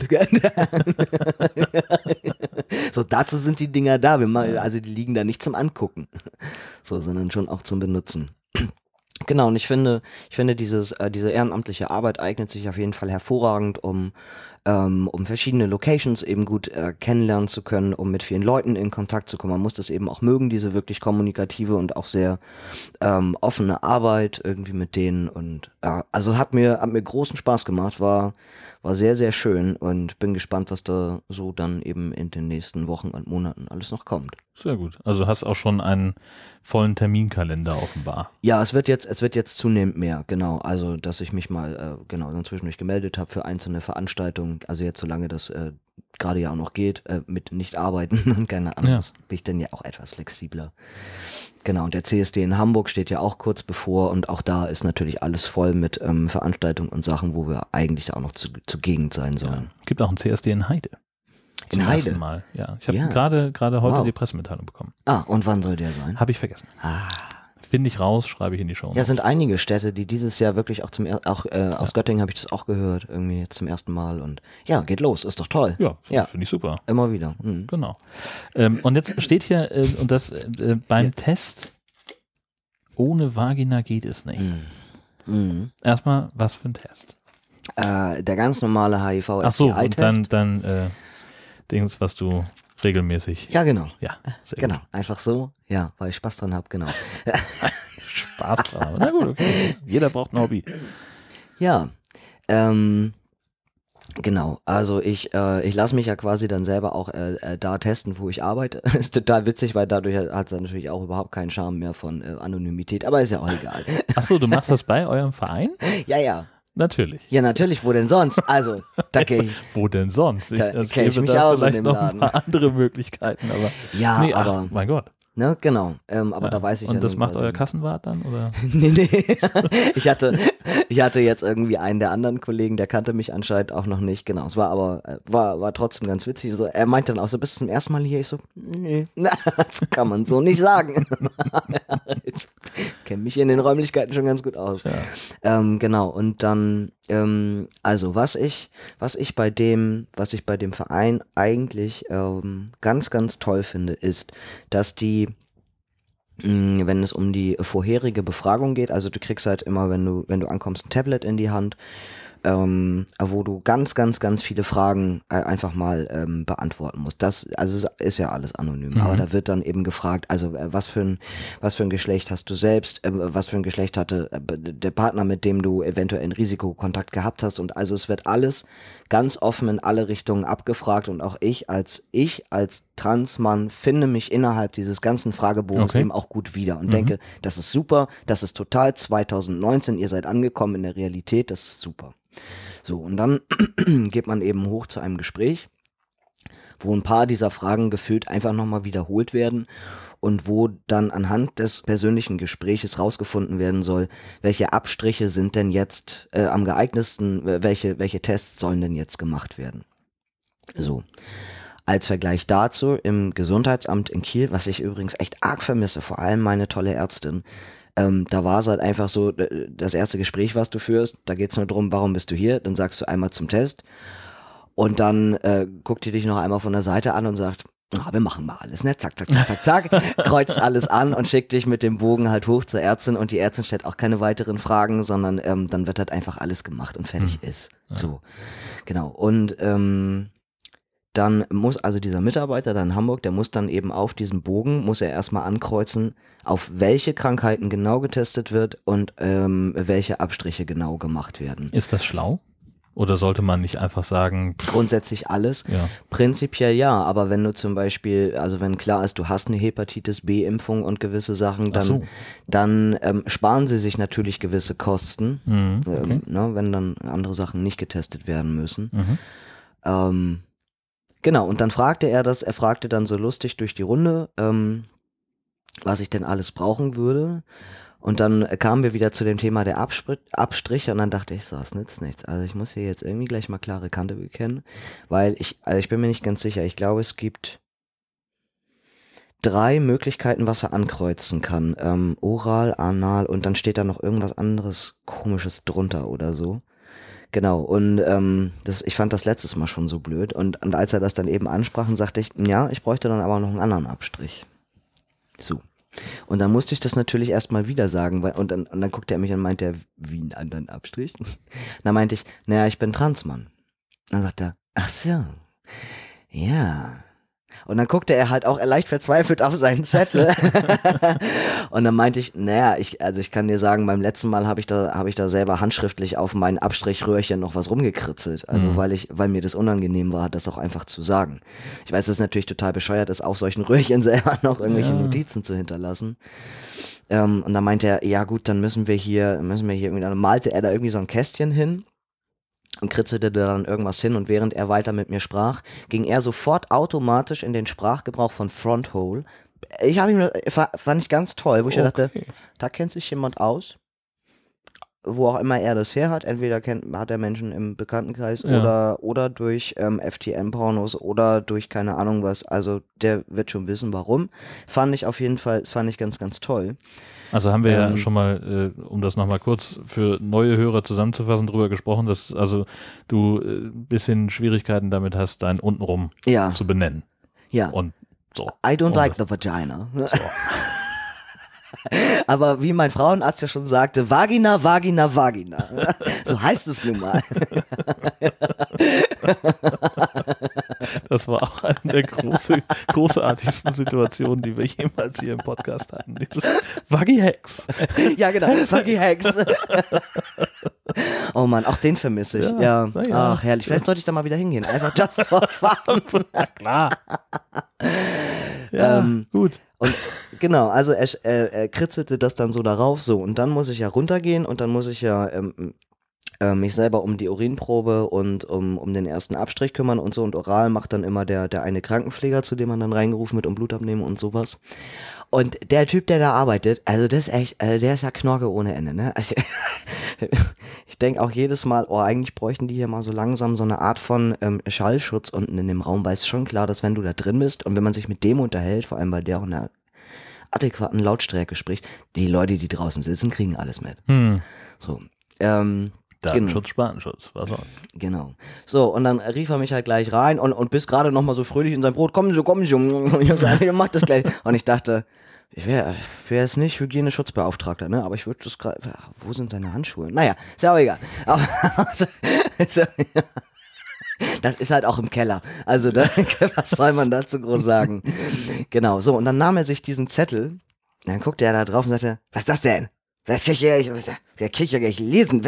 So, dazu sind die Dinger da, wir mal, also die liegen da nicht zum Angucken, so, sondern schon auch zum Benutzen. Genau, und ich finde, ich finde, dieses, äh, diese ehrenamtliche Arbeit eignet sich auf jeden Fall hervorragend, um, ähm, um verschiedene Locations eben gut äh, kennenlernen zu können, um mit vielen Leuten in Kontakt zu kommen. Man muss das eben auch mögen, diese wirklich kommunikative und auch sehr ähm, offene Arbeit irgendwie mit denen, und äh, also hat mir, hat mir großen Spaß gemacht, war, war sehr, sehr schön, und bin gespannt, was da so dann eben in den nächsten Wochen und Monaten alles noch kommt. Sehr gut. Also du hast auch schon einen vollen Terminkalender offenbar. Ja, es wird jetzt, es wird jetzt zunehmend mehr, genau. Also, dass ich mich mal, äh, genau, dann zwischendurch gemeldet habe für einzelne Veranstaltungen. Also jetzt, solange das äh, gerade ja auch noch geht, äh, mit nicht arbeiten und keine Ahnung, Ja. bin ich dann ja auch etwas flexibler. Genau, und der C S D in Hamburg steht ja auch kurz bevor, und auch da ist natürlich alles voll mit ähm, Veranstaltungen und Sachen, wo wir eigentlich auch noch zu, zu Gegend sein Ja. sollen. Gibt auch ein C S D in Heide. In Zum Heide? ersten Mal. Ja. Ich habe Ja. gerade gerade heute Wow. die Pressemitteilung bekommen. Ah, und wann soll der sein? Habe ich vergessen. Ah. Finde ich raus, schreibe ich in die Show. Ja, es sind einige Städte, die dieses Jahr wirklich auch zum er auch äh, aus Göttingen habe ich das auch gehört, irgendwie jetzt zum ersten Mal, und ja, geht los, ist doch toll. Ja, finde Ja. find ich super. Immer wieder. Mhm. Genau. Ähm, und jetzt steht hier, äh, und das äh, beim Ja. Test, ohne Vagina geht es nicht. Mhm. Mhm. Erstmal, was für ein Test? Äh, der ganz normale H I V Ach so, S T und dann, I-Test. dann äh, Dings, was du regelmäßig. Ja, genau. Ja, sehr Genau. gut. Einfach so. Ja, weil ich Spaß dran habe, genau. Spaß dran. Na gut, okay. Jeder braucht ein Hobby. Ja. Ähm, genau. Also ich, äh, ich lasse mich ja quasi dann selber auch äh, äh, da testen, wo ich arbeite. Ist total witzig, weil dadurch hat es dann natürlich auch überhaupt keinen Charme mehr von äh, Anonymität, aber ist ja auch egal. Ach so, du machst das bei eurem Verein? Ja, ja. Natürlich. Ja, natürlich, wo denn sonst? Also, da gehe ich, Wo denn sonst? Ich, Da es kenn ich gäbe mich da aus in vielleicht dem noch Laden. ein paar andere Möglichkeiten, aber ja, nee, ach, aber, mein Gott. ne, genau, ähm, aber Ja. da weiß ich Und ja das nun macht quasi- euer Kassenwart dann, oder? nee, nee. Ich hatte, ich hatte jetzt irgendwie einen der anderen Kollegen, der kannte mich anscheinend auch noch nicht. Genau, es war aber, äh, war, war trotzdem ganz witzig. So, er meinte dann auch so, bist du zum ersten Mal hier? Ich so, nee, das kann man so nicht sagen. Ich kenne mich in den Räumlichkeiten schon ganz gut aus. Ja. Ähm, genau, und dann, ähm, also was ich, was ich bei dem, was ich bei dem Verein eigentlich ähm, ganz, ganz toll finde, ist, dass die mh, wenn es um die vorherige Befragung geht, also du kriegst halt immer, wenn du, wenn du ankommst, ein Tablet in die Hand, ähm, wo du ganz, ganz, ganz viele Fragen äh, einfach mal ähm, beantworten musst. Das, also es ist ja alles anonym, Mhm. aber da wird dann eben gefragt, also äh, was für ein, was für ein Geschlecht hast du selbst, äh, was für ein Geschlecht hatte äh, der Partner, mit dem du eventuell einen Risikokontakt gehabt hast, und also es wird alles ganz offen in alle Richtungen abgefragt, und auch ich als ich als Transmann finde mich innerhalb dieses ganzen Fragebogens Okay. eben auch gut wieder und Mhm. denke, das ist super, das ist total zwanzig neunzehn, ihr seid angekommen in der Realität, das ist super. So, und dann geht man eben hoch zu einem Gespräch, wo ein paar dieser Fragen gefühlt einfach nochmal wiederholt werden und wo dann anhand des persönlichen Gespräches rausgefunden werden soll, welche Abstriche sind denn jetzt äh, am geeignetsten, äh, welche, welche Tests sollen denn jetzt gemacht werden. So. Als Vergleich dazu im Gesundheitsamt in Kiel, was ich übrigens echt arg vermisse, vor allem meine tolle Ärztin, ähm, da war es halt einfach so, äh, das erste Gespräch, was du führst, da geht's nur drum, warum bist du hier? Dann sagst du einmal zum Test und dann äh, guckt die dich noch einmal von der Seite an und sagt, ah, wir machen mal alles, ne? Zack, zack, zack, zack, zack, kreuzt alles an und schickt dich mit dem Bogen halt hoch zur Ärztin, und die Ärztin stellt auch keine weiteren Fragen, sondern ähm, dann wird halt einfach alles gemacht und fertig Hm. ist. So, genau. Und ähm, dann muss also dieser Mitarbeiter da in Hamburg, der muss dann eben auf diesem Bogen, muss er erstmal ankreuzen, auf welche Krankheiten genau getestet wird und ähm, welche Abstriche genau gemacht werden. Ist das schlau? Oder sollte man nicht einfach sagen, pff, Grundsätzlich alles. ja, Prinzipiell ja, aber wenn du zum Beispiel, also wenn klar ist, du hast eine Hepatitis B-Impfung und gewisse Sachen, Ach dann, so. dann ähm, sparen sie sich natürlich gewisse Kosten, Mhm, okay. ähm, ne, wenn dann andere Sachen nicht getestet werden müssen. Mhm. Ähm, genau, und dann fragte er das, er fragte dann so lustig durch die Runde, ähm, was ich denn alles brauchen würde. Und dann kamen wir wieder zu dem Thema der Abspr- Abstriche, und dann dachte ich, so, das nützt nichts. Also ich muss hier jetzt irgendwie gleich mal klare Kante bekennen, weil ich, also ich bin mir nicht ganz sicher. Ich glaube, es gibt drei Möglichkeiten, was er ankreuzen kann. Ähm, oral, anal, und dann steht da noch irgendwas anderes Komisches drunter oder so. Genau, und ähm, das, ich fand das letztes Mal schon so blöd. Und, und als er das dann eben ansprach, sagte ich, ja, ich bräuchte dann aber noch einen anderen Abstrich. So. Und dann musste ich das natürlich erstmal wieder sagen, weil, und dann, und dann guckte er mich an und meinte, wie einen anderen Abstrich? Dann meinte ich, naja, ich bin Transmann. Dann sagt er, ach so, ja. Und dann guckte er halt auch leicht verzweifelt auf seinen Zettel. Und dann meinte ich, naja, ich, also ich kann dir sagen, beim letzten Mal habe ich da, habe ich da selber handschriftlich auf mein Abstrichröhrchen noch was rumgekritzelt. Also Mhm. weil ich, weil mir das unangenehm war, das auch einfach zu sagen. Ich weiß, dass es natürlich total bescheuert ist, auf solchen Röhrchen selber noch irgendwelche Ja. Notizen zu hinterlassen. Ähm, und dann meinte er, ja gut, dann müssen wir hier, müssen wir hier irgendwie, dann malte er da irgendwie so ein Kästchen hin und kritzelte da dann irgendwas hin, und während er weiter mit mir sprach, ging er sofort automatisch in den Sprachgebrauch von Fronthole. Ich habe ihm, fand ich ganz toll, wo ich mir dachte, Okay. da kennt sich jemand aus, wo auch immer er das her hat. Entweder kennt, hat er Menschen im Bekanntenkreis Ja. oder, oder durch ähm, F T M-Pornos oder durch keine Ahnung was. Also der wird schon wissen, warum. Fand ich auf jeden Fall, das fand ich ganz, ganz toll. Also haben wir ja Ähm, schon mal, äh, um das nochmal kurz für neue Hörer zusammenzufassen, drüber gesprochen, dass also du ein äh, bisschen Schwierigkeiten damit hast, dein untenrum Ja, zu benennen. ja. Und so. I don't Und like the vagina. Aber wie mein Frauenarzt ja schon sagte, Vagina, Vagina, Vagina. So heißt es nun mal. Das war auch eine der große, großartigsten Situationen, die wir jemals hier im Podcast hatten. Dieses Vaggi-Hex. Ja, genau, Vaggi-Hex. Oh Mann, auch den vermisse ich. Ja, Ja, na ja. Ach, herrlich. Vielleicht sollte ich da mal wieder hingehen. Einfach just for fun. Na klar. Ja, Ähm, gut. Und genau, also er, er, er kritzelte das dann so darauf, so, und dann muss ich ja runtergehen, und dann muss ich ja ähm, äh, mich selber um die Urinprobe und um, um den ersten Abstrich kümmern und so. Und oral macht dann immer der, der eine Krankenpfleger, zu dem man dann reingerufen wird, um Blut abnehmen und sowas. Und der Typ, der da arbeitet, also das ist echt, also der ist ja Knorke ohne Ende, ne? Also, ich denke auch jedes Mal, oh, eigentlich bräuchten die hier mal so langsam so eine Art von ähm, Schallschutz unten in dem Raum, weil es ist schon klar, dass wenn du da drin bist und wenn man sich mit dem unterhält, vor allem weil der auch in einer adäquaten Lautstärke spricht, die Leute, die draußen sitzen, kriegen alles mit. Hm. So, ähm, Datenschutz, genau. Spatenschutz, was sonst. Genau. So, und dann rief er mich halt gleich rein und, und bis gerade noch mal so fröhlich in sein Brot, kommen Sie, kommen Sie, ich mach das gleich. Und ich dachte, ich wäre wär jetzt nicht Hygieneschutzbeauftragter, ne? Aber ich würde das gerade, wo sind seine Handschuhe? Naja, ist ja auch egal. Aber, also, also, ja. Das ist halt auch im Keller. Also, da, was soll man dazu groß sagen? Genau, so, und dann nahm er sich diesen Zettel, dann guckte er da drauf und sagte, was ist das denn? Was kann ich ja, was kann ich ja gar nicht lesen?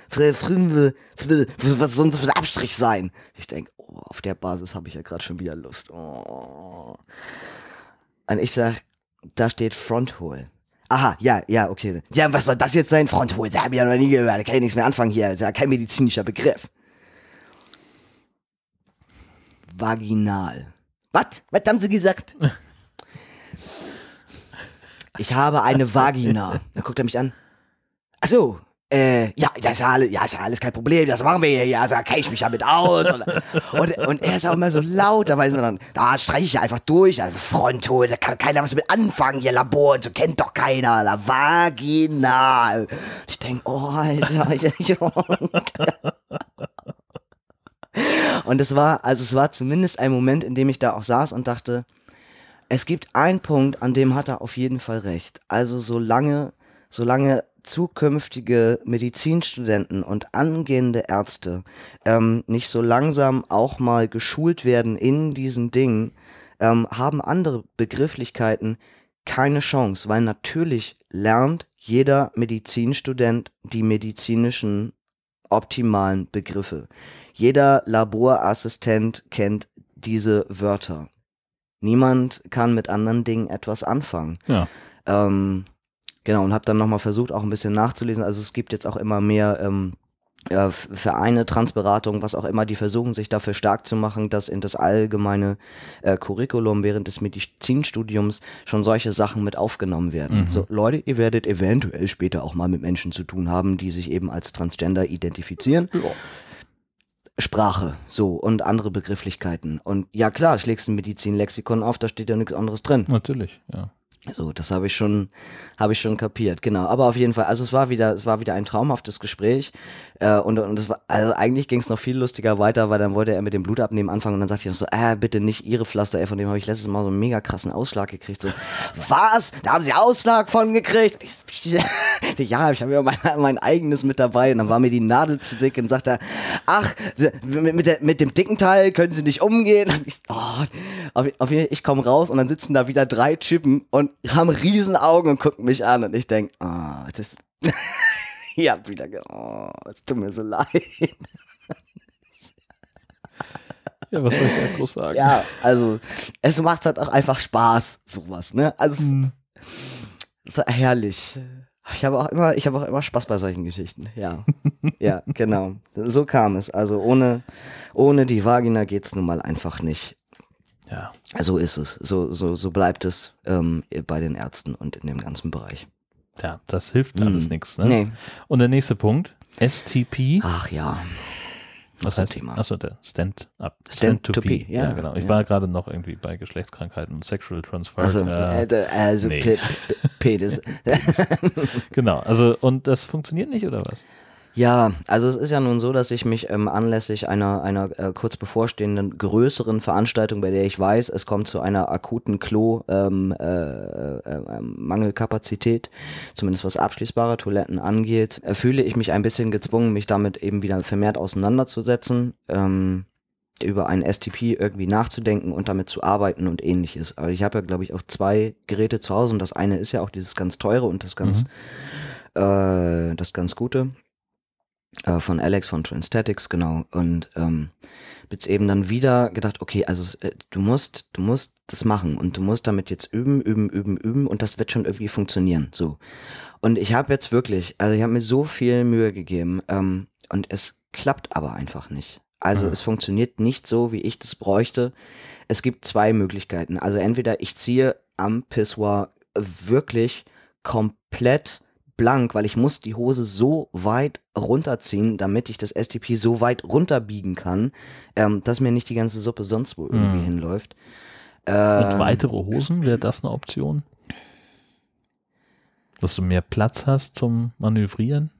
Was soll das für ein Abstrich sein? Ich denke, oh, auf der Basis habe ich ja gerade schon wieder Lust. Oh. Und ich sag, da steht Fronthol. Aha, ja, ja, okay. Ja, was soll das jetzt sein? Fronthol, da habe ich ja noch nie gehört. Da kann ich nichts mehr anfangen hier. Das ist ja kein medizinischer Begriff. Vaginal. Was? Was haben Sie gesagt? Ich habe eine Vagina. Dann guckt er mich an. Ach so, äh, ja, das ist ja alles, ja, ist ja alles kein Problem, das machen wir hier, ja, da kenne ich mich damit aus. Und, und, und er ist auch immer so laut, da weiß man dann, da streiche ich einfach durch, also Fronthol, da kann keiner was mit anfangen, hier Labor, so kennt doch keiner, la Vagina. Ich denke, oh, Alter, ich, ich, und es war, also es war zumindest ein Moment, in dem ich da auch saß und dachte, es gibt einen Punkt, an dem hat er auf jeden Fall recht. Also solange, solange zukünftige Medizinstudenten und angehende Ärzte ähm, nicht so langsam auch mal geschult werden in diesen Dingen, ähm, haben andere Begrifflichkeiten keine Chance, weil natürlich lernt jeder Medizinstudent die medizinischen optimalen Begriffe. Jeder Laborassistent kennt diese Wörter. Niemand kann mit anderen Dingen etwas anfangen. Ja. Ähm, genau, und habe dann nochmal versucht, auch ein bisschen nachzulesen. Also es gibt jetzt auch immer mehr ähm, äh, Vereine, Transberatung, was auch immer, die versuchen, sich dafür stark zu machen, dass in das allgemeine äh, Curriculum während des Medizinstudiums schon solche Sachen mit aufgenommen werden. Mhm. So, Leute, ihr werdet eventuell später auch mal mit Menschen zu tun haben, die sich eben als Transgender identifizieren. Ja. Sprache, so, und andere Begrifflichkeiten. Und ja klar, schlägst ein Medizinlexikon auf, da steht ja nichts anderes drin. Natürlich, ja. So, das habe ich schon, habe ich schon kapiert, genau. Aber auf jeden Fall, also es war wieder, es war wieder ein traumhaftes Gespräch. Äh, und und es war, also eigentlich ging es noch viel lustiger weiter, weil dann wollte er mit dem Blutabnehmen anfangen und dann sagte ich noch so, äh, bitte nicht Ihre Pflaster, ey, von dem habe ich letztes Mal so einen mega krassen Ausschlag gekriegt. So, was? Da haben Sie Ausschlag von gekriegt? Ich, ja, ich habe ja mein, mein eigenes mit dabei und dann war mir die Nadel zu dick und sagt er, ach, mit, mit, der, mit dem dicken Teil können Sie nicht umgehen. Und ich, oh, auf, auf jeden Fall, ich komme raus und dann sitzen da wieder drei Typen und haben riesen Augen und gucken mich an und ich denke, oh, das ist, ich hab wieder, ge- oh, es tut mir so leid. Ja, was soll ich jetzt groß sagen? Ja, also, es macht halt auch einfach Spaß, sowas, ne? Also, Hm. es ist herrlich. Ich habe auch immer, ich habe auch immer Spaß bei solchen Geschichten, ja. Ja, genau. So kam es. Also, ohne, ohne die Vagina geht's nun mal einfach nicht. Ja. So ist es. So, so, so bleibt es ähm, bei den Ärzten und in dem ganzen Bereich. Ja, das hilft alles nichts. Ne? Nee. Und der nächste Punkt, S T P. Ach ja. Was ein heißt Thema. Achso, der Stand-up. Stand-to-P, ja, Ja, genau. Ich ja. war gerade noch irgendwie bei Geschlechtskrankheiten und Sexual Transfer. Also, äh, äh, also nee. P- P- Penis. genau, also und das funktioniert nicht, oder was? Ja, also es ist ja nun so, dass ich mich ähm, anlässlich einer einer äh, kurz bevorstehenden größeren Veranstaltung, bei der ich weiß, es kommt zu einer akuten Klo ähm, äh, äh, Mangelkapazität, zumindest was abschließbare Toiletten angeht, äh, fühle ich mich ein bisschen gezwungen, mich damit eben wieder vermehrt auseinanderzusetzen, ähm, über einen S T P irgendwie nachzudenken und damit zu arbeiten und ähnliches. Aber ich habe ja, glaube ich, auch zwei Geräte zu Hause und das eine ist ja auch dieses ganz teure und das ganz, Mhm. äh, das ganz gute. äh, von Alex von Transstatics, genau. Und ähm, jetzt eben dann wieder gedacht, okay, also äh, du musst, du musst das machen und du musst damit jetzt üben, üben, üben, üben und das wird schon irgendwie funktionieren. So. Und ich habe jetzt wirklich, also ich habe mir so viel Mühe gegeben ähm, und es klappt aber einfach nicht. Also Mhm. es funktioniert nicht so, wie ich das bräuchte. Es gibt zwei Möglichkeiten. Also entweder ich ziehe am Pissoir wirklich komplett blank, weil ich muss die Hose so weit runterziehen, damit ich das S T P so weit runterbiegen kann, ähm, dass mir nicht die ganze Suppe sonst wo irgendwie Mhm. hinläuft. Und Ähm, weitere Hosen, wäre das eine Option? Dass du mehr Platz hast zum Manövrieren?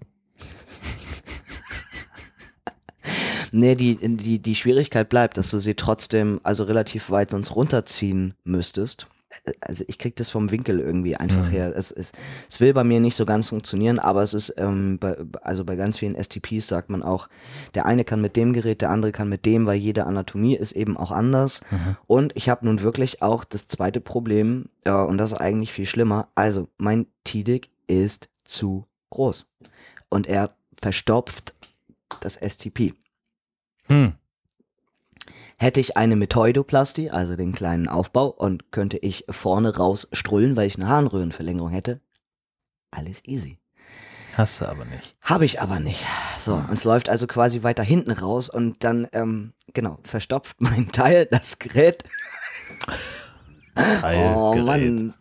Nee, die, die, die Schwierigkeit bleibt, dass du sie trotzdem also relativ weit sonst runterziehen müsstest. Also ich krieg das vom Winkel irgendwie einfach Mhm. her. Es, es, es will bei mir nicht so ganz funktionieren, aber es ist, ähm, bei, also bei ganz vielen S T Ps sagt man auch, der eine kann mit dem Gerät, der andere kann mit dem, weil jede Anatomie ist eben auch anders. Mhm. Und ich habe nun wirklich auch das zweite Problem, äh, und das ist eigentlich viel schlimmer, also mein T-Dick ist zu groß. Und er verstopft das S T P. Hm. Hätte ich eine Metoidoplastie, also den kleinen Aufbau, und könnte ich vorne raus strullen, weil ich eine Harnröhrenverlängerung hätte, alles easy. Hast du aber nicht. Habe ich aber nicht. So, und es läuft also quasi weiter hinten raus und dann, ähm, genau, verstopft mein Teil das Gerät. Teil, Oh Gerät. Mann.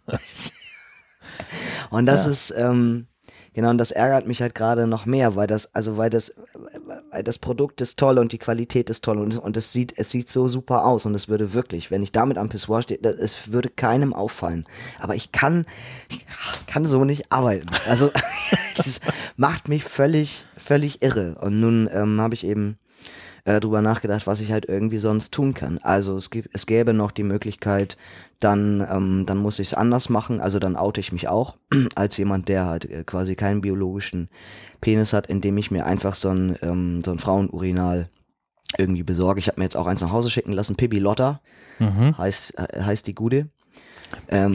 Und das Ja. ist, ähm, genau, und das ärgert mich halt gerade noch mehr, weil das, also weil das, weil das Produkt ist toll und die Qualität ist toll und, und es sieht, es sieht so super aus und es würde wirklich, wenn ich damit am Pissoir stehe, das- es würde keinem auffallen. Aber ich kann, ich kann so nicht arbeiten. Also es macht mich völlig, völlig irre. Und nun ähm, habe ich eben äh, drüber nachgedacht, was ich halt irgendwie sonst tun kann. Also es gibt, es gäbe noch die Möglichkeit, dann, ähm, dann muss ich es anders machen. Also dann oute ich mich auch als jemand, der halt äh, quasi keinen biologischen Penis hat, indem ich mir einfach so ein, ähm, so ein Frauenurinal irgendwie besorge. Ich habe mir jetzt auch eins nach Hause schicken lassen. Pippi Lotta Mhm. heißt, äh, heißt die Gute. Ähm,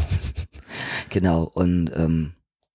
genau, und ähm,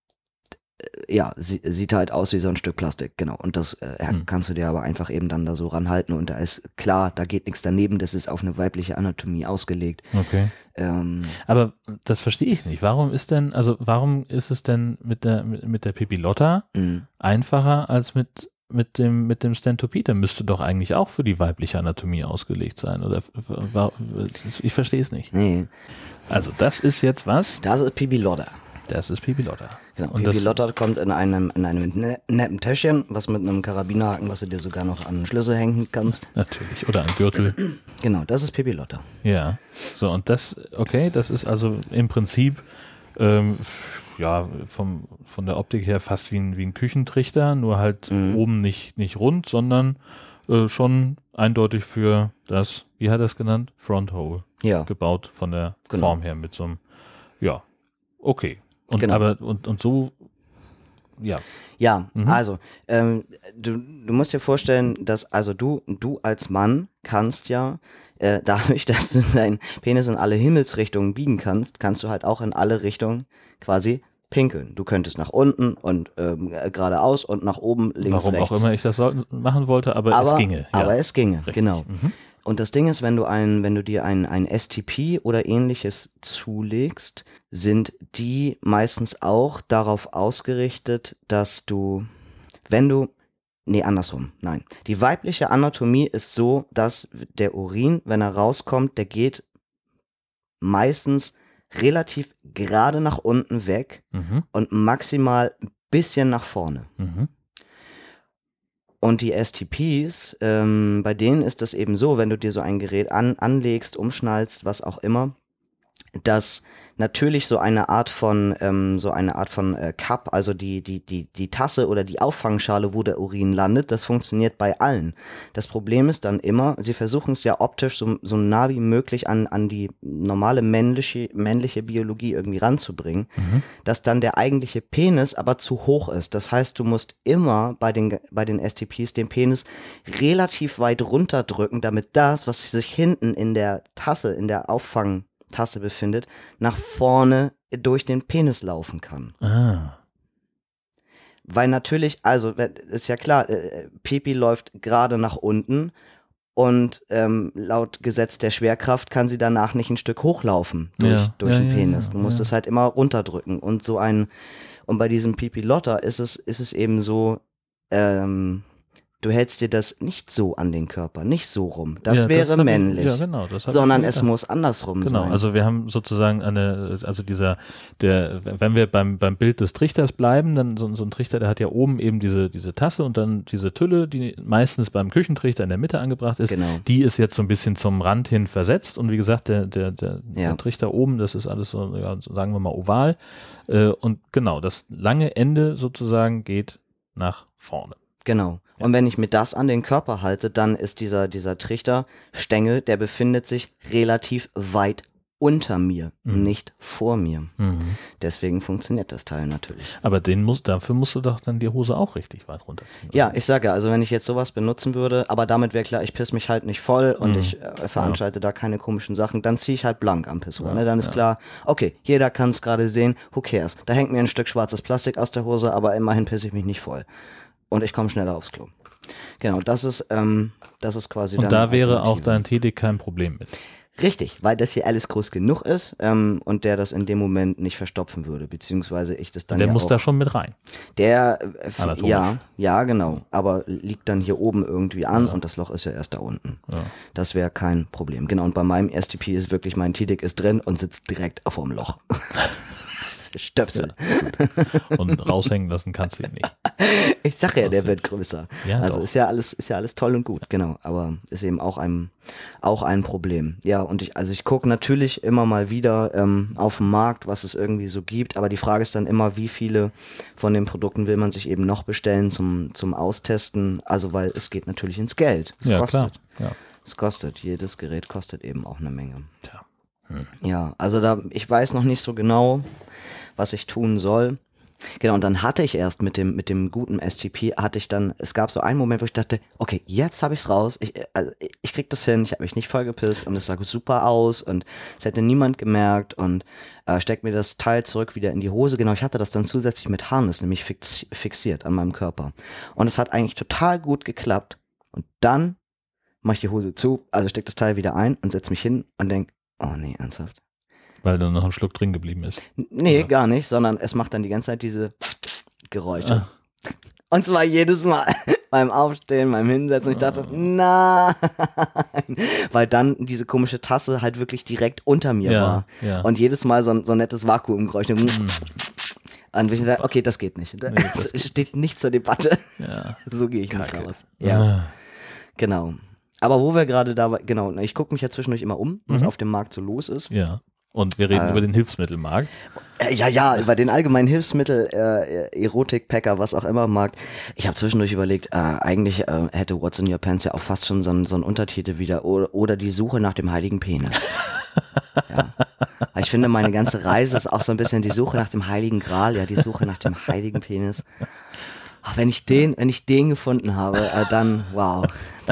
ja, sie, sieht halt aus wie so ein Stück Plastik, genau. Und das äh, ja, Hm. kannst du dir aber einfach eben dann da so ranhalten und da ist klar, da geht nichts daneben, das ist auf eine weibliche Anatomie ausgelegt. Okay. Ähm, Aber das verstehe ich nicht. Warum ist denn, also warum ist es denn mit der mit, mit der Pippi Lotta mh. einfacher als mit mit dem mit dem Stentopit? Der müsste doch eigentlich auch für die weibliche Anatomie ausgelegt sein. Oder wa- ich verstehe es nicht. Nee, Also das ist jetzt was? das ist Pippi Lotta. Das ist Pippi Lotta. Genau, Und Pippi das- Lotta kommt in einem, in einem ne- netten Täschchen, was mit einem Karabinerhaken, was du dir sogar noch an den Schlüssel hängen kannst. Natürlich. Oder ein Gürtel. Genau, das ist Pippi Lotta. Ja. So, und das, okay, das ist also im Prinzip ähm, f- ja, vom, von der Optik her fast wie ein, wie ein Küchentrichter, nur halt Mhm. oben nicht, nicht rund, sondern äh, schon eindeutig für das, wie hat er es genannt? Front Hole Ja, gebaut von der Genau. Form her mit so einem, ja, okay. Und Genau. aber, und, und so, ja. ja, Mhm. also, ähm, du, du musst dir vorstellen, dass, also du, du als Mann kannst ja, äh, dadurch, dass du deinen Penis in alle Himmelsrichtungen biegen kannst, kannst du halt auch in alle Richtungen quasi pinkeln. Du könntest nach unten und ähm, geradeaus und nach oben, links, Warum rechts. auch immer ich das soll, machen wollte, aber, aber, es ginge. Ja. Aber es ginge, Richtig. genau. Mhm. Und das Ding ist, wenn du ein, wenn du dir ein, ein S T P oder ähnliches zulegst, sind die meistens auch darauf ausgerichtet, dass du, wenn du, nee, andersrum, nein. Die weibliche Anatomie ist so, dass der Urin, wenn er rauskommt, der geht meistens relativ gerade nach unten weg Mhm. und maximal ein bisschen nach vorne. Mhm. Und die S T Ps, ähm, bei denen ist das eben so, wenn du dir so ein Gerät an, anlegst, umschnallst, was auch immer, dass natürlich so eine Art von ähm, so eine Art von äh, Cup, also die die die die Tasse oder die Auffangschale, wo der Urin landet, das funktioniert bei allen. Das Problem ist dann immer, sie versuchen es ja optisch so, so nah wie möglich an an die normale männliche männliche Biologie irgendwie ranzubringen, Mhm. dass dann der eigentliche Penis aber zu hoch ist. Das heißt, du musst immer bei den bei den S T Ps den Penis relativ weit runterdrücken, damit das, was sich hinten in der Tasse, in der Auffangtasse befindet, nach vorne durch den Penis laufen kann. Ah. Weil natürlich, also ist ja klar, äh, Pipi läuft gerade nach unten und ähm, laut Gesetz der Schwerkraft kann sie danach nicht ein Stück hochlaufen durch, Ja, durch ja, den ja, Penis. ja, Du musst ja. es halt immer runterdrücken und so ein, und bei diesem Pipi Lotta ist es, ist es eben so, ähm, du hältst dir das nicht so an den Körper, nicht so rum. Das Ja, wäre hab ich- männlich. Ja, genau. Das hab ich sondern mir es gedacht. muss andersrum Genau, sein. also wir haben sozusagen eine, also dieser, der, wenn wir beim, beim Bild des Trichters bleiben, dann so, so ein Trichter, der hat ja oben eben diese, diese Tasse und dann diese Tülle, die meistens beim Küchentrichter in der Mitte angebracht ist, Genau. die ist jetzt so ein bisschen zum Rand hin versetzt und wie gesagt, der, der, der, Ja. der Trichter oben, das ist alles so, ja, sagen wir mal oval äh, und genau, das lange Ende sozusagen geht nach vorne. Genau. Und wenn ich mir das an den Körper halte, dann ist dieser, dieser Trichterstängel, der befindet sich relativ weit unter mir, Mhm. nicht vor mir. Mhm. Deswegen funktioniert das Teil natürlich. Aber den muss, dafür musst du doch dann die Hose auch richtig weit runterziehen. oder? Ja, ich sage ja, also wenn ich jetzt sowas benutzen würde, aber damit wäre klar, ich piss mich halt nicht voll und Mhm. ich äh, veranstalte da keine komischen Sachen, dann ziehe ich halt blank am Pissoir. Ja, Ne? Dann ist ja. klar, okay, jeder kann es gerade sehen, who cares? Da hängt mir ein Stück schwarzes Plastik aus der Hose, aber immerhin pisse ich mich nicht voll. Und ich komme schneller aufs Klo. Genau, das ist, ähm, das ist quasi Und dann da eine wäre auch Alternative. dein T D kein Problem mit. Richtig, weil das hier alles groß genug ist ähm, und der das in dem Moment nicht verstopfen würde, beziehungsweise ich das dann Der ja muss auch, da schon mit rein. der, äh, f- Anatomisch. ja, ja, genau, aber liegt dann hier oben irgendwie an Ja. und das Loch ist ja erst da unten. Ja. Das wäre kein Problem. Genau, und bei meinem S T P ist wirklich, mein T D I C ist drin und sitzt direkt auf dem Loch. Stöpsel. Und raushängen lassen kannst du ihn nicht. Ich sag ja, der Lustig. wird größer. Ja, also doch. ist ja alles, ist ja alles toll und gut, genau. Aber ist eben auch ein, auch ein Problem. Ja, und ich, also ich gucke natürlich immer mal wieder ähm, auf dem Markt, was es irgendwie so gibt. Aber die Frage ist dann immer, wie viele von den Produkten will man sich eben noch bestellen zum, zum Austesten? Also, weil es geht natürlich ins Geld. Es Ja, kostet. klar. Ja. Es kostet. Jedes Gerät kostet eben auch eine Menge. Tja. Ja, also da, ich weiß noch nicht so genau, was ich tun soll. Genau, und dann hatte ich erst mit dem, mit dem guten S T P, hatte ich dann, es gab so einen Moment, wo ich dachte, okay, jetzt habe ich's raus, ich, also ich krieg das hin, ich habe mich nicht voll gepisst und es sah super aus und es hätte niemand gemerkt und äh, steckt mir das Teil zurück wieder in die Hose. Genau, ich hatte das dann zusätzlich mit Harness, nämlich fix, fixiert an meinem Körper. Und es hat eigentlich total gut geklappt. Und dann mache ich die Hose zu, also steck das Teil wieder ein und setz mich hin und denk, oh nee, ernsthaft? Weil da noch ein Schluck drin geblieben ist. N- Nee, Ja. gar nicht, sondern es macht dann die ganze Zeit diese Geräusche. Ah. Und zwar jedes Mal beim Aufstehen, beim Hinsetzen. Und ich dachte, nein, weil dann diese komische Tasse halt wirklich direkt unter mir Ja, war. ja. Und jedes Mal so ein, so ein nettes Vakuumgeräusch. Und Mm. ich dachte, okay, das geht nicht. Nee, das Das steht nicht zur Debatte. Ja. So gehe ich Kacke. nicht raus. Ja, Ah. genau. Aber wo wir gerade dabei, genau, ich gucke mich ja zwischendurch immer um, was Mhm. auf dem Markt so los ist. Ja. Und wir reden Äh. über den Hilfsmittelmarkt. Äh, Ja, ja, über den allgemeinen Hilfsmittel, äh, Erotik-Packer, was auch immer Markt. Ich habe zwischendurch überlegt, äh, eigentlich äh, hätte What's in Your Pants ja auch fast schon so einen so einen Untertitel wieder oder, oder die Suche nach dem heiligen Penis. Ja. Aber ich finde, meine ganze Reise ist auch so ein bisschen die Suche nach dem heiligen Gral, ja, die Suche nach dem heiligen Penis. Ach, wenn ich den, wenn ich den gefunden habe, äh, dann, wow.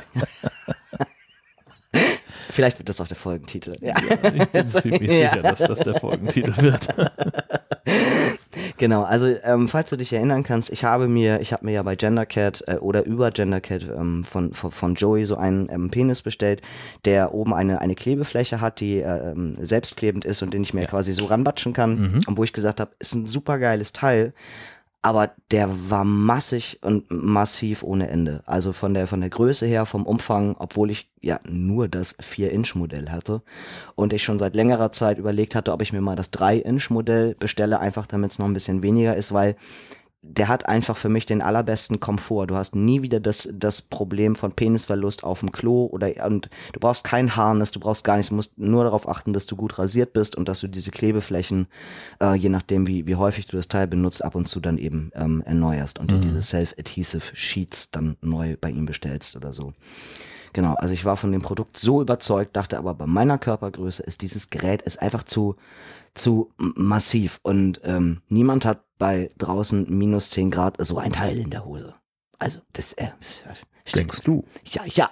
Vielleicht wird das auch der Folgentitel. Ja. Ich bin ziemlich Ja. sicher, dass das der Folgentitel wird. Genau, also ähm, falls du dich erinnern kannst, ich habe mir, ich habe mir ja bei GenderCat äh, oder über GenderCat ähm, von, von von Joey so einen ähm, Penis bestellt, der oben eine eine Klebefläche hat, die äh, ähm, selbstklebend ist und den ich mir Ja. quasi so ranbatschen kann. Mhm. Und wo ich gesagt habe, ist ein super geiles Teil. Aber der war massig und massiv ohne Ende. Also von der von der Größe her, vom Umfang, obwohl ich ja nur das vier Inch Modell hatte und ich schon seit längerer Zeit überlegt hatte, ob ich mir mal das drei Inch Modell bestelle, einfach damit es noch ein bisschen weniger ist, weil der hat einfach für mich den allerbesten Komfort. Du hast nie wieder das das Problem von Penisverlust auf dem Klo oder und du brauchst kein Harness, du brauchst gar nichts, du musst nur darauf achten, dass du gut rasiert bist und dass du diese Klebeflächen, äh, je nachdem wie wie häufig du das Teil benutzt, ab und zu dann eben ähm, erneuerst und dir Mhm. diese Self-Adhesive Sheets dann neu bei ihm bestellst oder so. Genau, also ich war von dem Produkt so überzeugt, dachte aber bei meiner Körpergröße ist dieses Gerät ist einfach zu zu m- massiv und ähm, niemand hat bei draußen minus zehn Grad so ein Teil in der Hose. Also das, äh, das Denkst du? Ja, ja.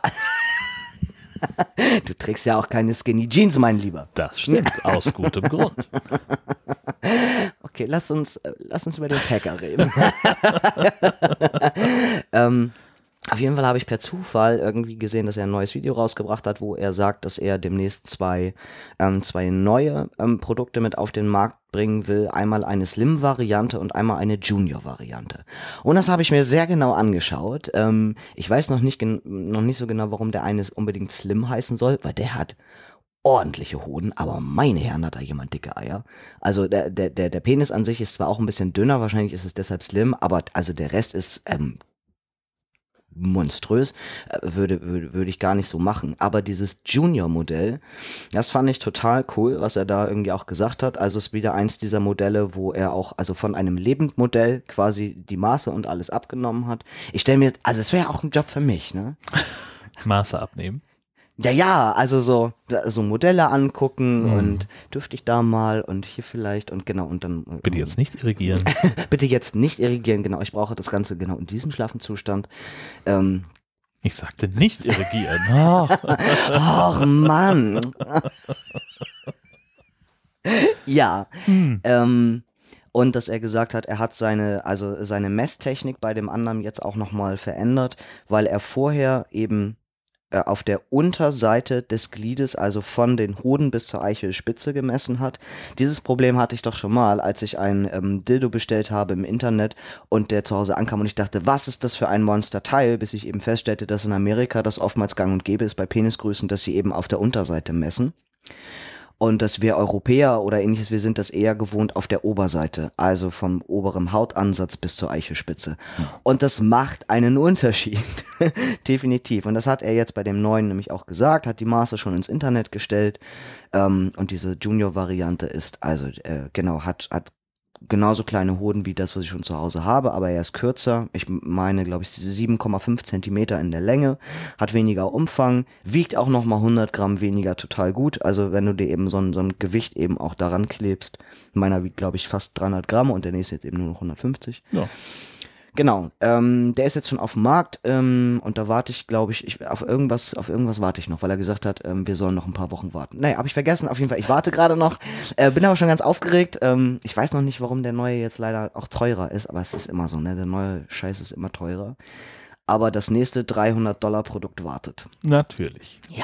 Du trägst ja auch keine Skinny Jeans, mein Lieber. Das stimmt, aus gutem Grund. okay, lass uns, äh, lass uns über den Packer reden. ähm, Auf jeden Fall habe ich per Zufall irgendwie gesehen, dass er ein neues Video rausgebracht hat, wo er sagt, dass er demnächst zwei, ähm, zwei neue ähm, Produkte mit auf den Markt bringen will. Einmal eine Slim-Variante und einmal eine Junior-Variante. Und das habe ich mir sehr genau angeschaut. Ähm, ich weiß noch nicht, gen- noch nicht so genau, warum der eine unbedingt Slim heißen soll, weil der hat ordentliche Hoden, aber meine Herren, hat da jemand dicke Eier. Also der, der, der, der Penis an sich ist zwar auch ein bisschen dünner, wahrscheinlich ist es deshalb slim, aber also der Rest ist ähm, monströs, äh, würde, würde, würde ich gar nicht so machen. Aber dieses Junior-Modell, das fand ich total cool, was er da irgendwie auch gesagt hat. Also es ist wieder eins dieser Modelle, wo er auch, also von einem Lebendmodell quasi die Maße und alles abgenommen hat. Ich stelle mir, also es wäre auch ein Job für mich, ne? Maße abnehmen. Ja, ja, also so, so Modelle angucken Mhm. und dürfte ich da mal und hier vielleicht und genau und dann. Bitte jetzt nicht irrigieren. Bitte jetzt nicht irrigieren, genau, ich brauche das Ganze genau in diesem schlaffen Zustand. Ähm, Ich sagte nicht irrigieren. Oh. ach Mann. Ja, Hm. ähm, und dass er gesagt hat, er hat seine, also seine Messtechnik bei dem anderen jetzt auch nochmal verändert, weil er vorher eben äh, auf der Unterseite des Gliedes, also von den Hoden bis zur Eichelspitze gemessen hat. Dieses Problem hatte ich doch schon mal, als ich ein ähm, Dildo bestellt habe im Internet und der zu Hause ankam und ich dachte, was ist das für ein Monsterteil, bis ich eben feststellte, dass in Amerika das oftmals gang und gäbe ist bei Penisgrößen, dass sie eben auf der Unterseite messen. Und dass wir Europäer oder ähnliches, wir sind das eher gewohnt auf der Oberseite, also vom oberen Hautansatz bis zur Eichelspitze. Und das macht einen Unterschied, definitiv. Und das hat er jetzt bei dem neuen nämlich auch gesagt, hat die Maße schon ins Internet gestellt. Ähm, und diese Junior-Variante ist, also äh, genau, hat, hat genauso kleine Hoden wie das, was ich schon zu Hause habe, aber er ist kürzer. Ich meine, glaube ich, sieben Komma fünf Zentimeter in der Länge, hat weniger Umfang, wiegt auch nochmal hundert Gramm weniger total gut. Also wenn du dir eben so ein, so ein Gewicht eben auch daran klebst, meiner wiegt, glaube ich, fast dreihundert Gramm und der nächste jetzt eben nur noch hundertfünfzig. Ja. Genau, ähm, der ist jetzt schon auf dem Markt ähm, und da warte ich, glaube ich, ich, auf irgendwas, auf irgendwas warte ich noch, weil er gesagt hat, ähm, wir sollen noch ein paar Wochen warten. Naja, habe ich vergessen, auf jeden Fall, ich warte gerade noch, äh, bin aber schon ganz aufgeregt. Ähm, ich weiß noch nicht, warum der neue jetzt leider auch teurer ist, aber es ist immer so, ne, der neue Scheiß ist immer teurer. Aber das nächste dreihundert Dollar Produkt wartet. Natürlich. Ja.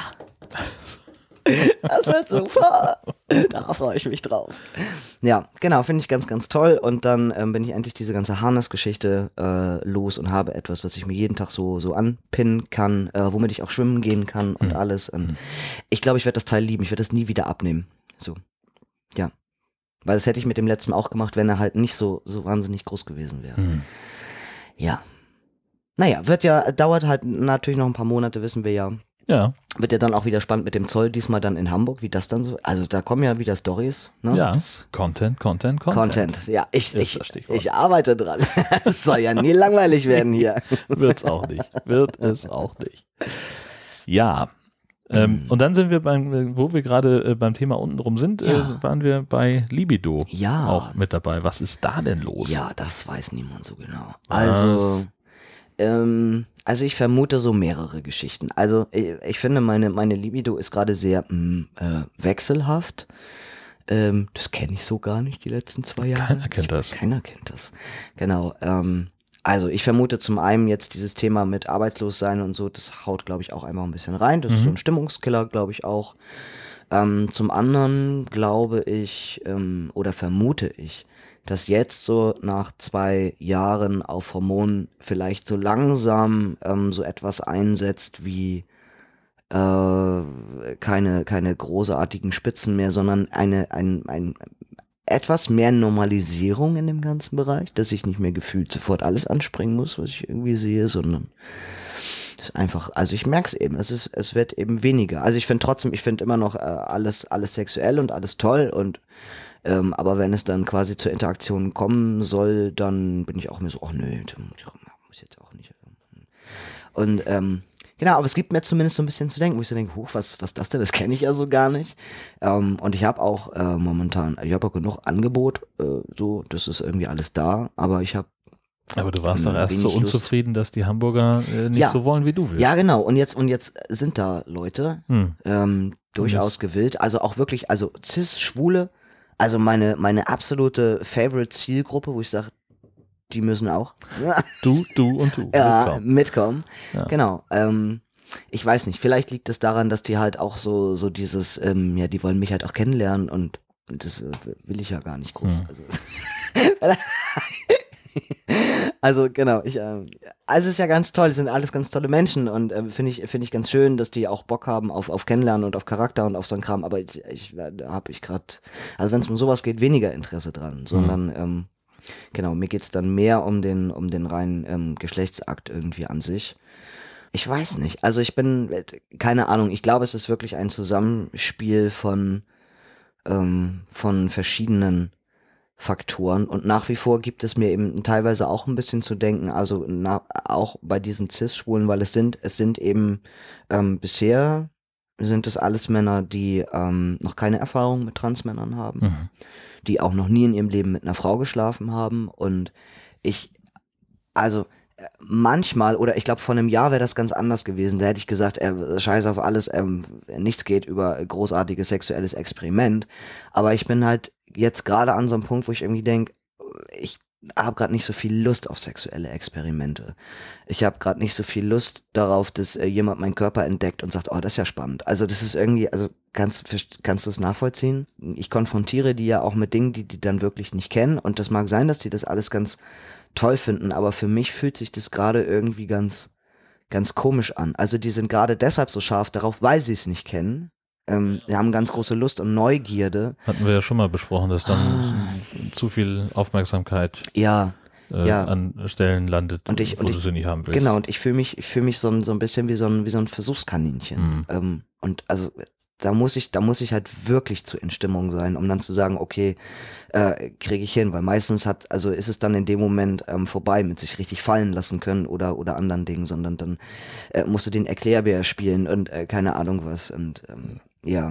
Das wird super. Da freue ich mich drauf. Ja, genau, finde ich ganz, ganz toll. Und dann ähm, bin ich endlich diese ganze Harness-Geschichte äh, los und habe etwas, was ich mir jeden Tag so, so anpinnen kann, äh, womit ich auch schwimmen gehen kann und Mhm. alles. Und ich glaube, ich werde das Teil lieben. Ich werde das nie wieder abnehmen. So, ja. Weil das hätte ich mit dem letzten auch gemacht, wenn er halt nicht so, so wahnsinnig groß gewesen wäre. Hm. Ja. Naja, wird ja, dauert halt natürlich noch ein paar Monate, wissen wir ja. Ja, Wird ja dann auch wieder spannend mit dem Zoll, diesmal dann in Hamburg, wie das dann so, also da kommen ja wieder Stories, ne? ja. Das Content, Content, Content. Content, ja, ich, Ist ich, das Stichwort. ich arbeite dran. Es soll ja nie langweilig werden hier. Wird's auch nicht. Wird es auch nicht. Ja. Ähm, und dann sind wir beim, wo wir gerade äh, beim Thema untenrum sind, Ja. äh, waren wir bei Libido Ja. auch mit dabei. Was ist da denn los? Ja, das weiß niemand so genau. Was? Also, ähm, also ich vermute so mehrere Geschichten. Also ich, ich finde, meine, meine Libido ist gerade sehr mh, äh, wechselhaft. Ähm, das kenne ich so gar nicht die letzten zwei Jahre. Keiner kennt das. Keiner kennt das. Genau. Ähm, also ich vermute zum einen jetzt dieses Thema mit Arbeitslossein und so, das haut, glaube ich, auch einmal ein bisschen rein. Das ist so ein Stimmungskiller, glaube ich auch. Ähm, zum anderen glaube ich ähm, oder vermute ich, dass jetzt so nach zwei Jahren auf Hormonen vielleicht so langsam ähm, so etwas einsetzt wie äh, keine, keine großartigen Spitzen mehr, sondern eine, ein, ein, etwas mehr Normalisierung in dem ganzen Bereich, dass ich nicht mehr gefühlt sofort alles anspringen muss, was ich irgendwie sehe, sondern das ist einfach, also ich merke es eben, es ist, es wird eben weniger. Also ich finde trotzdem, ich finde immer noch äh, alles, alles sexuell und alles toll und ähm, aber wenn es dann quasi zur Interaktion kommen soll, dann bin ich auch mir so, ach nö, das muss jetzt auch nicht. Und ähm, genau, aber es gibt mir zumindest so ein bisschen zu denken, wo ich so denke, huch, was, was das denn, das kenne ich ja so gar nicht. Ähm, und ich habe auch äh, momentan, ich habe auch genug Angebot, äh, so, das ist irgendwie alles da, aber ich habe Aber du warst Hm, doch erst wenig so Lust. unzufrieden, dass die Hamburger äh, nicht Ja. so wollen, wie du willst. ja genau, und jetzt, und jetzt sind da Leute, Hm. ähm, durchaus gewillt, also auch wirklich, also cis-Schwule, Also meine, meine absolute Favorite-Zielgruppe, wo ich sage, die müssen auch Du, du und du. ja, mitkommen. mitkommen. Ja. Genau. Ähm, ich weiß nicht, vielleicht liegt es daran, dass die halt auch so, so dieses, ähm, ja, die wollen mich halt auch kennenlernen und das will ich ja gar nicht groß. Hm. Also, also genau, ich, ähm, also es ist ja ganz toll, es sind alles ganz tolle Menschen und äh, finde ich, finde ich ganz schön, dass die auch Bock haben auf, auf Kennenlernen und auf Charakter und auf so ein Kram, aber ich, ich da habe ich gerade, also wenn es um sowas geht, weniger Interesse dran, sondern ähm, genau, mir geht's dann mehr um den, um den reinen ähm, Geschlechtsakt irgendwie an sich. Ich weiß nicht, also ich bin, äh, keine Ahnung, ich glaube, es ist wirklich ein Zusammenspiel von, ähm, von verschiedenen Faktoren und nach wie vor gibt es mir eben teilweise auch ein bisschen zu denken, also na, auch bei diesen Cis-Schwulen, weil es sind, es sind eben ähm, bisher sind es alles Männer, die ähm, noch keine Erfahrung mit Transmännern haben, Mhm. die auch noch nie in ihrem Leben mit einer Frau geschlafen haben und ich, also äh, manchmal, oder ich glaube vor einem Jahr wäre das ganz anders gewesen, da hätte ich gesagt, äh, scheiß auf alles, ähm, nichts geht über großartiges sexuelles Experiment, aber ich bin halt jetzt gerade an so einem Punkt, wo ich irgendwie denke, ich habe gerade nicht so viel Lust auf sexuelle Experimente. Ich habe gerade nicht so viel Lust darauf, dass äh, jemand meinen Körper entdeckt und sagt, oh, das ist ja spannend. Also das ist irgendwie, also kannst, kannst du es nachvollziehen? Ich konfrontiere die ja auch mit Dingen, die die dann wirklich nicht kennen und das mag sein, dass die das alles ganz toll finden, aber für mich fühlt sich das gerade irgendwie ganz, ganz komisch an. Also die sind gerade deshalb so scharf darauf, weil sie es nicht kennen. Ähm, die haben ganz große Lust und Neugierde. Hatten wir ja schon mal besprochen, dass dann Ah. zu viel Aufmerksamkeit Ja, äh, ja. an Stellen landet, Und ich- wo und du ich- sie nicht haben willst. genau. Und ich fühle mich, ich fühle mich so, ein- so ein bisschen wie so ein, wie so ein Versuchskaninchen. Mhm. Ähm, und also da muss ich, da muss ich halt wirklich zu in Stimmung sein, um dann zu sagen, okay, äh, kriege ich hin, weil meistens hat, also ist es dann in dem Moment ähm, vorbei mit sich richtig fallen lassen können oder oder anderen Dingen, sondern dann äh, musst du den Erklärbär spielen und äh, keine Ahnung was und ähm, ja,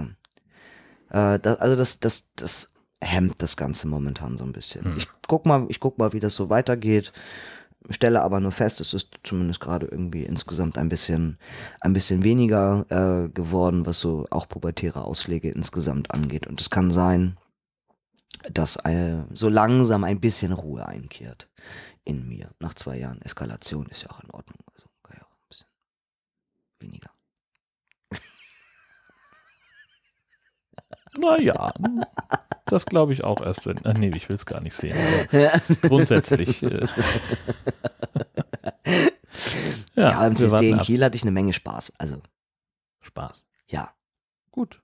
äh, das, also das das das hemmt das Ganze momentan so ein bisschen. Hm. Ich guck mal, ich guck mal, wie das so weitergeht. Stelle aber nur fest, es ist zumindest gerade irgendwie insgesamt ein bisschen, ein bisschen weniger äh, geworden, was so auch pubertäre Ausschläge insgesamt angeht. Und es kann sein, dass äh, so langsam ein bisschen Ruhe einkehrt in mir. Nach zwei Jahren Eskalation ist ja auch in Ordnung. Also kann ja auch ein bisschen weniger. Naja, das glaube ich auch erst, wenn. Ach nee, ich will es gar nicht sehen. Aber grundsätzlich. Äh, ja, Ja, im wir C S D warten in ab. Kiel hatte ich eine Menge Spaß. Also Spaß. ja. Gut.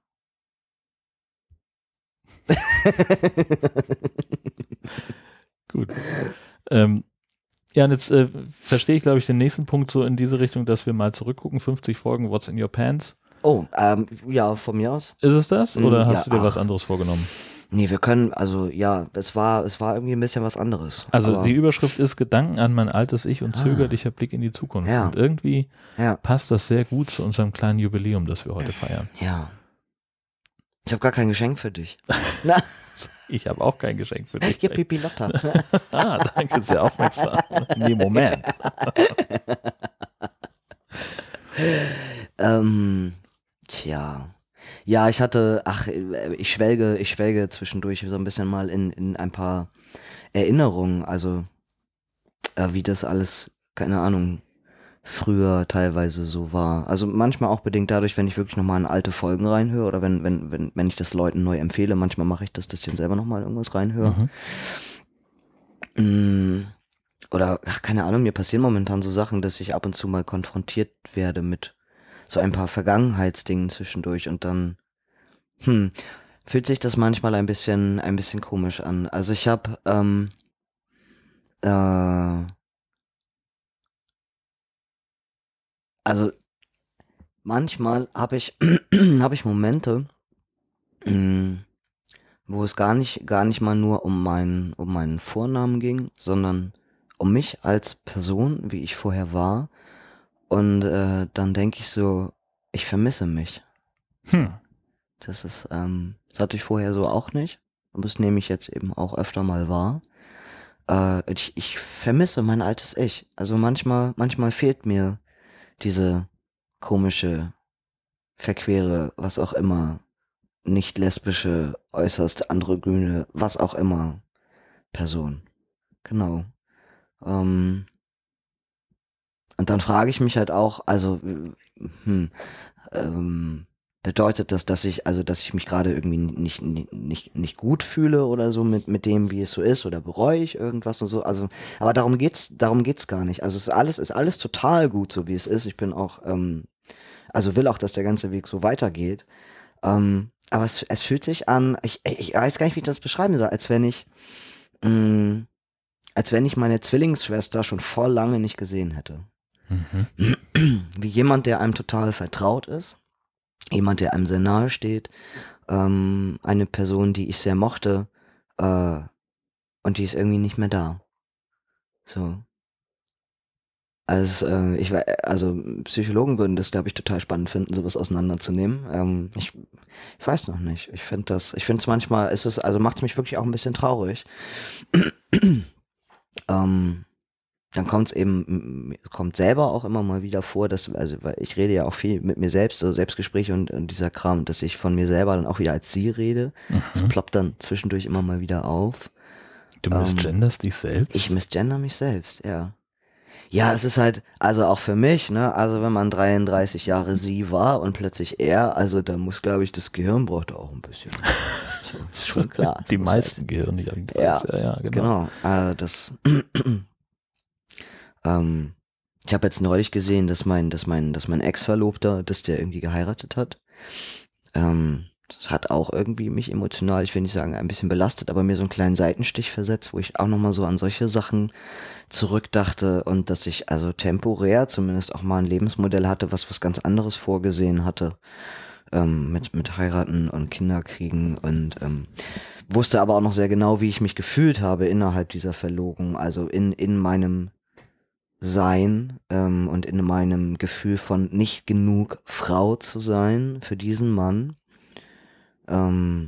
Gut. Ähm, ja, und jetzt äh, verstehe ich, glaube ich, den nächsten Punkt so in diese Richtung, dass wir mal zurückgucken. fünfzig Folgen What's in Your Pants. Oh, ähm, ja, von mir aus. Ist es das? Mm, Oder hast ja, du dir ach. was anderes vorgenommen? Nee, wir können, also ja, es war, es war irgendwie ein bisschen was anderes. Also aber, die Überschrift ist Gedanken an mein altes Ich und Ah. zögerlicher Blick in die Zukunft. Ja. Und irgendwie ja, passt das sehr gut zu unserem kleinen Jubiläum, das wir heute feiern. ja. Ich habe gar kein Geschenk für dich. Na, Ich habe auch kein Geschenk für dich. hier Pipi Lotta. Ah, danke, sehr aufmerksam. Nee, Moment. ähm, tja. Ja, ich hatte, ach, ich schwelge, ich schwelge zwischendurch so ein bisschen mal in, in ein paar Erinnerungen, also äh, wie das alles, keine Ahnung, früher teilweise so war. Also manchmal auch bedingt dadurch, wenn ich wirklich nochmal in alte Folgen reinhöre oder wenn, wenn, wenn, wenn ich das Leuten neu empfehle, manchmal mache ich das, dass ich dann selber nochmal irgendwas reinhöre. Mhm. Mm, Oder, ach, keine Ahnung, mir passieren momentan so Sachen, dass ich ab und zu mal konfrontiert werde mit so ein paar Vergangenheitsdingen zwischendurch und dann, hm, fühlt sich das manchmal ein bisschen, ein bisschen komisch an. Also ich habe, ähm, äh, also manchmal habe ich, habe ich Momente, mh, wo es gar nicht, gar nicht mal nur um meinen, um meinen Vornamen ging, sondern um mich als Person, wie ich vorher war. Und äh, dann denke ich so, ich vermisse mich. Hm. Das ist, ähm, das hatte ich vorher so auch nicht. Und das nehme ich jetzt eben auch öfter mal wahr. Äh, ich, ich vermisse mein altes Ich. Also manchmal, manchmal fehlt mir diese komische, verquere, was auch immer, nicht lesbische, äußerst androgyne, was auch immer Person. Genau. Ähm, und dann frage ich mich halt auch, also hm, ähm, bedeutet das, dass ich, also dass ich mich gerade irgendwie nicht, nicht, nicht, nicht gut fühle oder so mit, mit dem, wie es so ist, oder bereue ich irgendwas und so. Also, aber darum geht's, darum geht's gar nicht. Also es ist alles, ist alles total gut, so wie es ist. Ich bin auch, ähm, also will auch, dass der ganze Weg so weitergeht. Ähm, aber es, es fühlt sich an, ich, ich weiß gar nicht, wie ich das beschreiben soll, als wenn ich, mh, als wenn ich meine Zwillingsschwester schon vor lange nicht gesehen hätte. Mhm. Wie jemand, der einem total vertraut ist, jemand, der einem sehr nahe steht, ähm, eine Person, die ich sehr mochte, äh, und die ist irgendwie nicht mehr da. So. Also, äh, ich we- also Psychologen würden das, glaube ich, total spannend finden, sowas auseinanderzunehmen. Ähm, ich, ich weiß noch nicht. Ich finde das, ich finde es manchmal, ist es, also macht es mich wirklich auch ein bisschen traurig. ähm, Dann kommt es eben, es kommt selber auch immer mal wieder vor, dass, also weil ich rede ja auch viel mit mir selbst, so Selbstgespräche und, und dieser Kram, dass ich von mir selber dann auch wieder als sie rede. Das Mhm. ploppt dann zwischendurch immer mal wieder auf. Du Ähm, misgenderst dich selbst? Ich misgender mich selbst, ja. Ja, es ist halt, also auch für mich, ne, also wenn man dreiunddreißig Jahre sie war und plötzlich er, also da muss, glaube ich, das Gehirn braucht auch ein bisschen. So, ist schon klar. Die Das muss meisten halt, Gehirne jedenfalls. Ja, ja, ja, genau. genau, äh, das, ähm, ich habe jetzt neulich gesehen, dass mein, dass mein, dass mein Ex-Verlobter, dass der irgendwie geheiratet hat. Ähm, das hat auch irgendwie mich emotional, ich will nicht sagen, ein bisschen belastet, aber mir so einen kleinen Seitenstich versetzt, wo ich auch nochmal so an solche Sachen zurückdachte und dass ich also temporär zumindest auch mal ein Lebensmodell hatte, was was ganz anderes vorgesehen hatte, ähm, mit, mit heiraten und Kinder kriegen und ähm, wusste aber auch noch sehr genau, wie ich mich gefühlt habe innerhalb dieser Verlobung, also in, in meinem Sein ähm, und in meinem Gefühl von nicht genug Frau zu sein für diesen Mann. Ähm,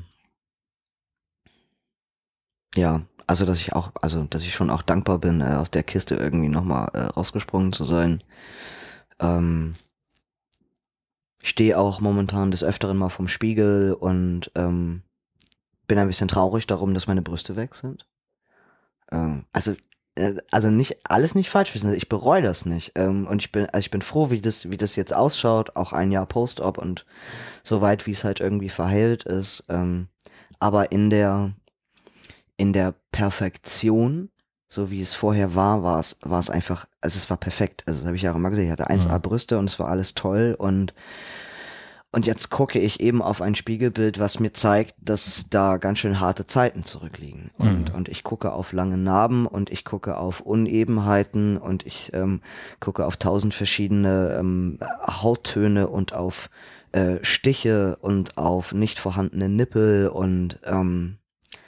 ja, also dass ich auch, also dass ich schon auch dankbar bin, äh, aus der Kiste irgendwie nochmal äh, rausgesprungen zu sein. Ähm, ich stehe auch momentan des Öfteren mal vorm Spiegel und ähm, bin ein bisschen traurig darum, dass meine Brüste weg sind. Ähm, also äh, also nicht alles nicht falsch wissen. Ich bereue das nicht. Ähm, und ich bin also ich bin froh, wie das wie das jetzt ausschaut, auch ein Jahr Post-op und so weit, wie es halt irgendwie verheilt ist. Ähm, aber in der in der Perfektion, so wie es vorher war, war es war es einfach, also es war perfekt. Also das habe ich ja auch immer gesehen. Ich hatte eins A Mhm. Brüste und es war alles toll und und jetzt gucke ich eben auf ein Spiegelbild, was mir zeigt, dass da ganz schön harte Zeiten zurückliegen. Und, Mhm. und ich gucke auf lange Narben und ich gucke auf Unebenheiten und ich ähm, gucke auf tausend verschiedene ähm, Hauttöne und auf äh, Stiche und auf nicht vorhandene Nippel und ähm,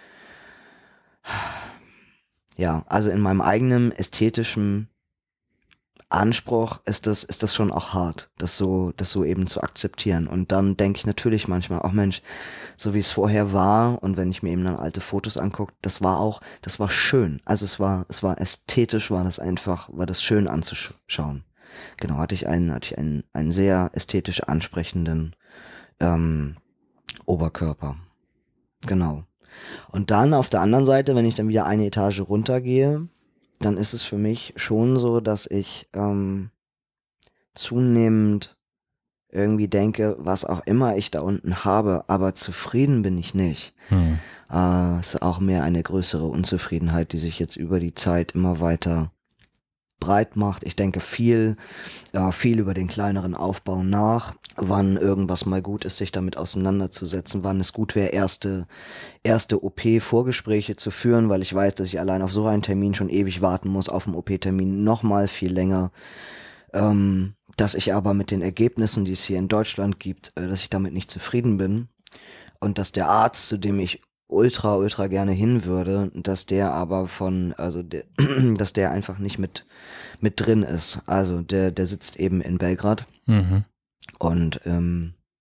ja, also in meinem eigenen ästhetischen Anspruch ist das, ist das schon auch hart, das so, das so eben zu akzeptieren. Und dann denke ich natürlich manchmal, auch Mensch, so wie es vorher war und wenn ich mir eben dann alte Fotos angucke, das war auch, das war schön. Also es war, es war ästhetisch, war das einfach, war das schön anzuschauen. Genau, hatte ich einen, hatte ich einen, einen sehr ästhetisch ansprechenden ähm, Oberkörper. Genau. Und dann auf der anderen Seite, wenn ich dann wieder eine Etage runtergehe, dann ist es für mich schon so, dass ich ähm, zunehmend irgendwie denke, was auch immer ich da unten habe, aber zufrieden bin ich nicht. Mhm. Äh, es ist auch mehr eine größere Unzufriedenheit, die sich jetzt über die Zeit immer weiter breit macht. Ich denke viel, äh, viel über den kleineren Aufbau nach, wann irgendwas mal gut ist, sich damit auseinanderzusetzen, wann es gut wäre, erste, erste O P-Vorgespräche zu führen, weil ich weiß, dass ich allein auf so einen Termin schon ewig warten muss, auf dem O P-Termin nochmal viel länger. Ähm, dass ich aber mit den Ergebnissen, die es hier in Deutschland gibt, äh, dass ich damit nicht zufrieden bin und dass der Arzt, zu dem ich ultra, ultra gerne hin würde, dass der aber von, also der, dass der einfach nicht mit, mit drin ist. Also der, der sitzt eben in Belgrad Mhm. und ähm,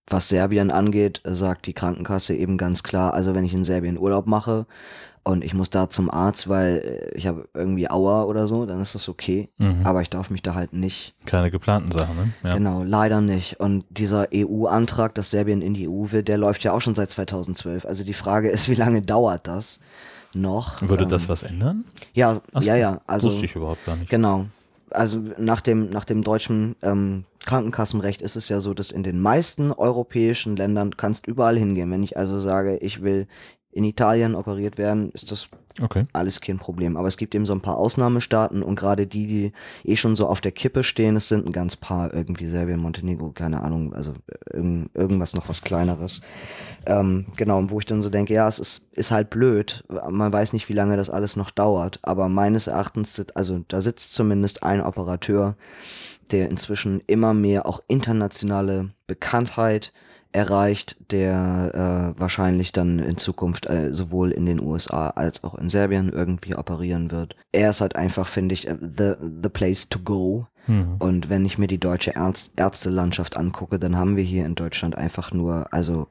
was Serbien angeht, sagt die Krankenkasse eben ganz klar, also wenn ich in Serbien Urlaub mache und ich muss da zum Arzt, weil ich habe irgendwie Aua oder so, dann ist das okay. Mhm. Aber ich darf mich da halt nicht. Keine geplanten Sachen, ne? Ja. Genau, leider nicht. Und dieser E U-Antrag, dass Serbien in die E U will, der läuft ja auch schon seit zweitausendzwölf. Also die Frage ist, wie lange dauert das noch? Würde ähm, das was ändern? Ja, Ach so, ja, ja. Also, wusste ich überhaupt gar nicht. Genau. Also nach dem, nach dem deutschen ähm, Krankenkassenrecht ist es ja so, dass in den meisten europäischen Ländern kannst überall hingehen. Wenn ich also sage, ich will in Italien operiert werden, ist das Okay. alles kein Problem. Aber es gibt eben so ein paar Ausnahmestaaten und gerade die, die eh schon so auf der Kippe stehen, es sind ein ganz paar, irgendwie Serbien, Montenegro, keine Ahnung, also irgend, irgendwas noch was Kleineres. Ähm, genau, wo ich dann so denke, ja, es ist, ist halt blöd, man weiß nicht, wie lange das alles noch dauert, aber meines Erachtens, sit- also da sitzt zumindest ein Operateur, der inzwischen immer mehr auch internationale Bekanntheit erreicht, der äh, wahrscheinlich dann in Zukunft äh, sowohl in den U S A als auch in Serbien irgendwie operieren wird. Er ist halt einfach, finde ich, äh, the, the place to go. Mhm. Und wenn ich mir die deutsche Ärz- Ärztelandschaft angucke, dann haben wir hier in Deutschland einfach nur, also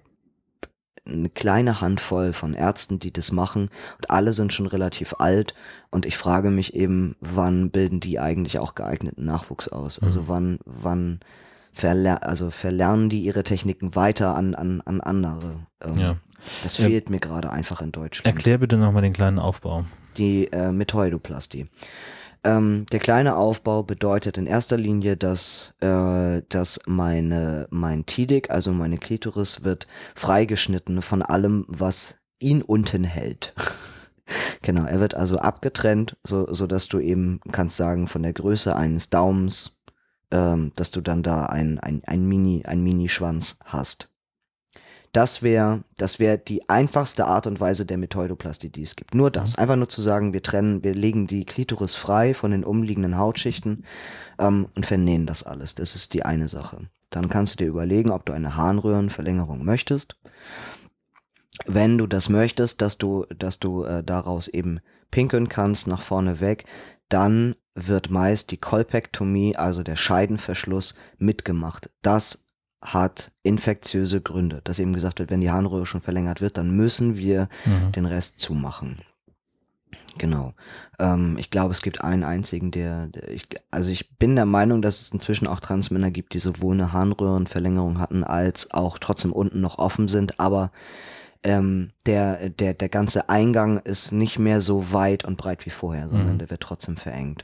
eine kleine Handvoll von Ärzten, die das machen und alle sind schon relativ alt und ich frage mich eben, wann bilden die eigentlich auch geeigneten Nachwuchs aus? Also Mhm. wann, wann verler also verlernen die ihre Techniken weiter an, an, an andere? Ähm, Ja. Das Ja. fehlt mir gerade einfach in Deutschland. Erklär bitte nochmal den kleinen Aufbau. Die äh, Metoidoplastie. Ähm, der kleine Aufbau bedeutet in erster Linie, dass, äh, dass meine, mein Tidik, also meine Klitoris, wird freigeschnitten von allem, was ihn unten hält. Genau, er wird also abgetrennt, so, so dass du eben, kannst sagen, von der Größe eines Daumens, ähm, dass du dann da ein, ein, ein Mini, ein Mini-Schwanz hast. Das wäre das wäre die einfachste Art und Weise der Metoidoplastie, die es gibt. Nur das. Einfach nur zu sagen, wir trennen, wir legen die Klitoris frei von den umliegenden Hautschichten ähm, und vernähen das alles. Das ist die eine Sache. Dann kannst du dir überlegen, ob du eine Harnröhrenverlängerung möchtest. Wenn du das möchtest, dass du, dass du äh, daraus eben pinkeln kannst nach vorne weg, dann wird meist die Kolpektomie, also der Scheidenverschluss, mitgemacht. Das hat infektiöse Gründe, dass eben gesagt wird, wenn die Harnröhre schon verlängert wird, dann müssen wir Mhm. den Rest zumachen. Genau. Ähm, ich glaube, es gibt einen einzigen, der, der ich, also ich bin der Meinung, dass es inzwischen auch Transmänner gibt, die sowohl eine Harnröhrenverlängerung hatten, als auch trotzdem unten noch offen sind, aber ähm, der, der, der ganze Eingang ist nicht mehr so weit und breit wie vorher, sondern Mhm. der wird trotzdem verengt.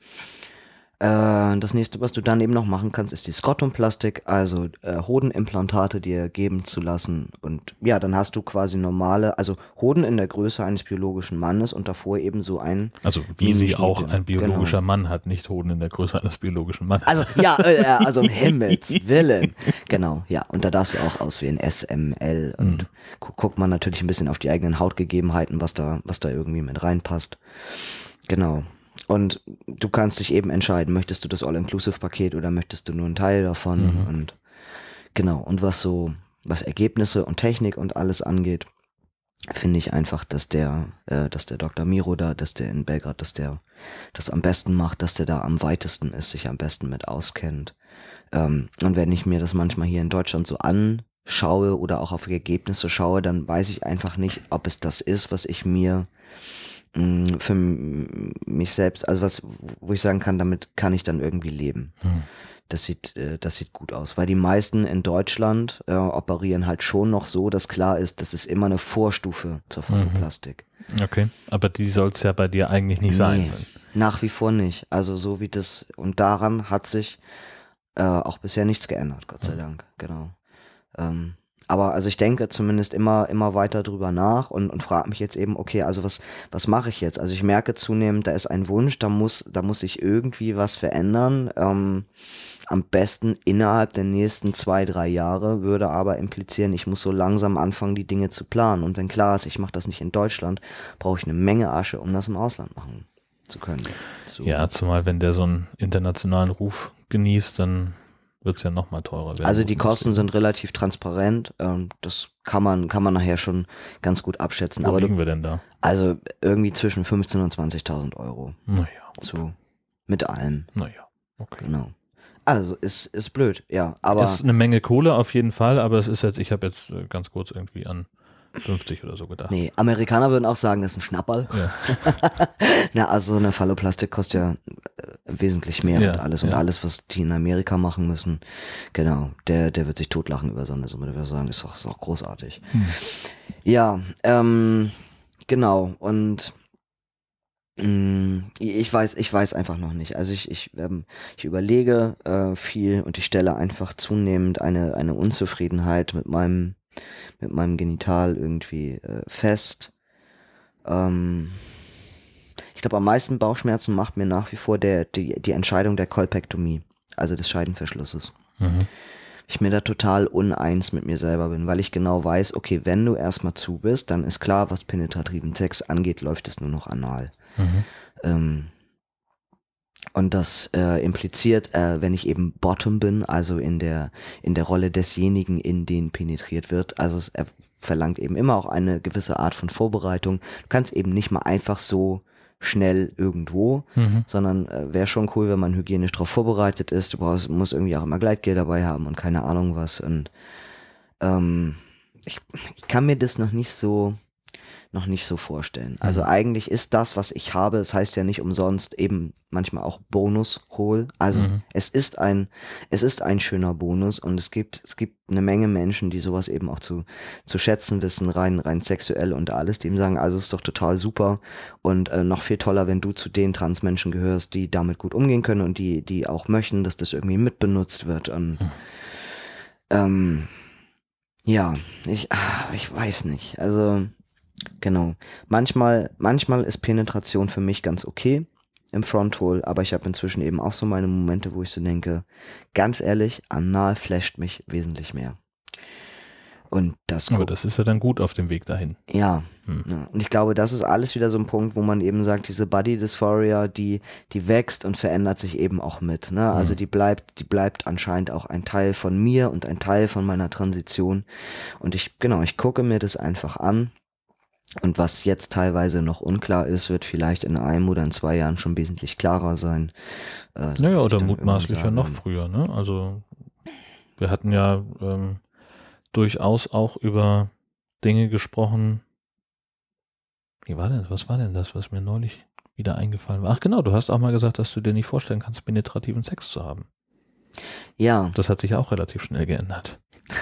Äh, das nächste, was du dann eben noch machen kannst, ist die Skrotumplastik, also äh, Hodenimplantate dir geben zu lassen. Und ja, dann hast du quasi normale, also Hoden in der Größe eines biologischen Mannes und davor eben so ein. Also wie sie Mini-Schnitte. auch ein biologischer Genau. Mann hat, nicht Hoden in der Größe eines biologischen Mannes. Also ja, äh, äh, also um Himmels Willen. Genau, ja. Und da darfst du auch auswählen, S, M, L. Und Mhm. gu guckt man natürlich ein bisschen auf die eigenen Hautgegebenheiten, was da, was da irgendwie mit reinpasst. Genau. Und du kannst dich eben entscheiden, möchtest du das All-Inclusive-Paket oder möchtest du nur einen Teil davon? Mhm. Und genau, und was so, was Ergebnisse und Technik und alles angeht, finde ich einfach, dass der, äh, dass der Doktor Miro da, dass der in Belgrad, dass der das am besten macht, dass der da am weitesten ist, sich am besten mit auskennt. Ähm, und wenn ich mir das manchmal hier in Deutschland so anschaue oder auch auf Ergebnisse schaue, dann weiß ich einfach nicht, ob es das ist, was ich mir mh, für m- mich selbst, also was, wo ich sagen kann, damit kann ich dann irgendwie leben. Mhm. Das sieht, äh, das sieht gut aus, weil die meisten in Deutschland äh, operieren halt schon noch so, dass klar ist, das ist immer eine Vorstufe zur Phalloplastik. Okay, aber die soll es ja bei dir eigentlich nicht Nee, sein. nach wie vor nicht. Also so wie das, und daran hat sich äh, auch bisher nichts geändert, Gott sei Dank, genau. Ähm, aber also ich denke zumindest immer immer weiter drüber nach und, und frage mich jetzt eben, okay, also was was mache ich jetzt? Also ich merke zunehmend, da ist ein Wunsch, da muss da muss sich irgendwie was verändern. Ähm, am besten innerhalb der nächsten zwei, drei Jahre, würde aber implizieren, ich muss so langsam anfangen, die Dinge zu planen. Und wenn klar ist, ich mache das nicht in Deutschland, brauche ich eine Menge Asche, um das im Ausland machen zu können. So. Ja, zumal wenn der so einen internationalen Ruf genießt, dann wird es ja noch mal teurer werden. Also die muss man Kosten sehen. sind relativ transparent. Ähm, das kann man kann man nachher schon ganz gut abschätzen. Wo Aber liegen du, wir denn da? also irgendwie zwischen fünfzehntausend und zwanzigtausend Euro. Naja, So mit allem. naja, okay. Genau. Also ist, ist blöd, ja. Aber ist eine Menge Kohle auf jeden Fall, aber es ist jetzt, ich habe jetzt äh, ganz kurz irgendwie an fünfzig oder so gedacht. nee, Amerikaner würden auch sagen, das ist ein Schnapperl. Ja. Na, also so eine Phalloplastik kostet ja äh, wesentlich mehr Ja, und alles. Und ja. alles, was die in Amerika machen müssen, genau, der, der wird sich totlachen über so eine Summe. Der wird sagen, ist auch, ist auch großartig. Hm. Ja, ähm, genau. Und mh, ich weiß, ich weiß einfach noch nicht. Also ich, ich, ähm, ich überlege äh, viel und ich stelle einfach zunehmend eine, eine Unzufriedenheit mit meinem, mit meinem Genital irgendwie äh, fest. Ähm, ich glaube, am meisten Bauchschmerzen macht mir nach wie vor der, die, die Entscheidung der Kolpektomie, also des Scheidenverschlusses. Mhm. Ich mir da total uneins mit mir selber bin, weil ich genau weiß, okay, wenn du erstmal zu bist, dann ist klar, was penetrativen Sex angeht, läuft es nur noch anal. Mhm. Ähm, und das äh, impliziert, äh, wenn ich eben Bottom bin, also in der in der Rolle desjenigen, in den penetriert wird, also es er verlangt eben immer auch eine gewisse Art von Vorbereitung. Du kannst eben nicht mal einfach so schnell irgendwo, Mhm. sondern äh, wäre schon cool, wenn man hygienisch darauf vorbereitet ist. Du brauchst, musst irgendwie auch immer Gleitgel dabei haben und keine Ahnung was. Und ähm, ich, ich kann mir das noch nicht so noch nicht so vorstellen. Also Mhm. eigentlich ist das, was ich habe, es heißt ja nicht umsonst eben manchmal auch Bonus-Hol. Also Mhm. es ist ein, es ist ein schöner Bonus und es gibt, es gibt eine Menge Menschen, die sowas eben auch zu, zu schätzen wissen, rein, rein sexuell und alles, die ihm sagen, also es ist doch total super und äh, noch viel toller, wenn du zu den Transmenschen gehörst, die damit gut umgehen können und die, die auch möchten, dass das irgendwie mitbenutzt wird und Mhm. ähm, ja, ich, ah, ich weiß nicht, also genau. Manchmal, manchmal ist Penetration für mich ganz okay im Fronthole, aber ich habe inzwischen eben auch so meine Momente, wo ich so denke, ganz ehrlich, anal flasht mich wesentlich mehr. Und das, Aber gu- das ist ja dann gut auf dem Weg dahin. ja, Hm. ja. Und ich glaube, das ist alles wieder so ein Punkt, wo man eben sagt, diese Body Dysphoria, die, die wächst und verändert sich eben auch mit, ne? Also Mhm. die bleibt, die bleibt anscheinend auch ein Teil von mir und ein Teil von meiner Transition. Und ich, genau, ich gucke mir das einfach an. Und was jetzt teilweise noch unklar ist, wird vielleicht in einem oder in zwei Jahren schon wesentlich klarer sein. Äh, Naja, dass ich oder dann mutmaßlich ja irgendwann noch sage, früher, ne? Also wir hatten ja ähm, durchaus auch über Dinge gesprochen. Wie war denn, was war denn das, was mir neulich wieder eingefallen war? Ach genau, du hast auch mal gesagt, dass du dir nicht vorstellen kannst, penetrativen Sex zu haben. Ja, Das hat sich ja auch relativ schnell geändert.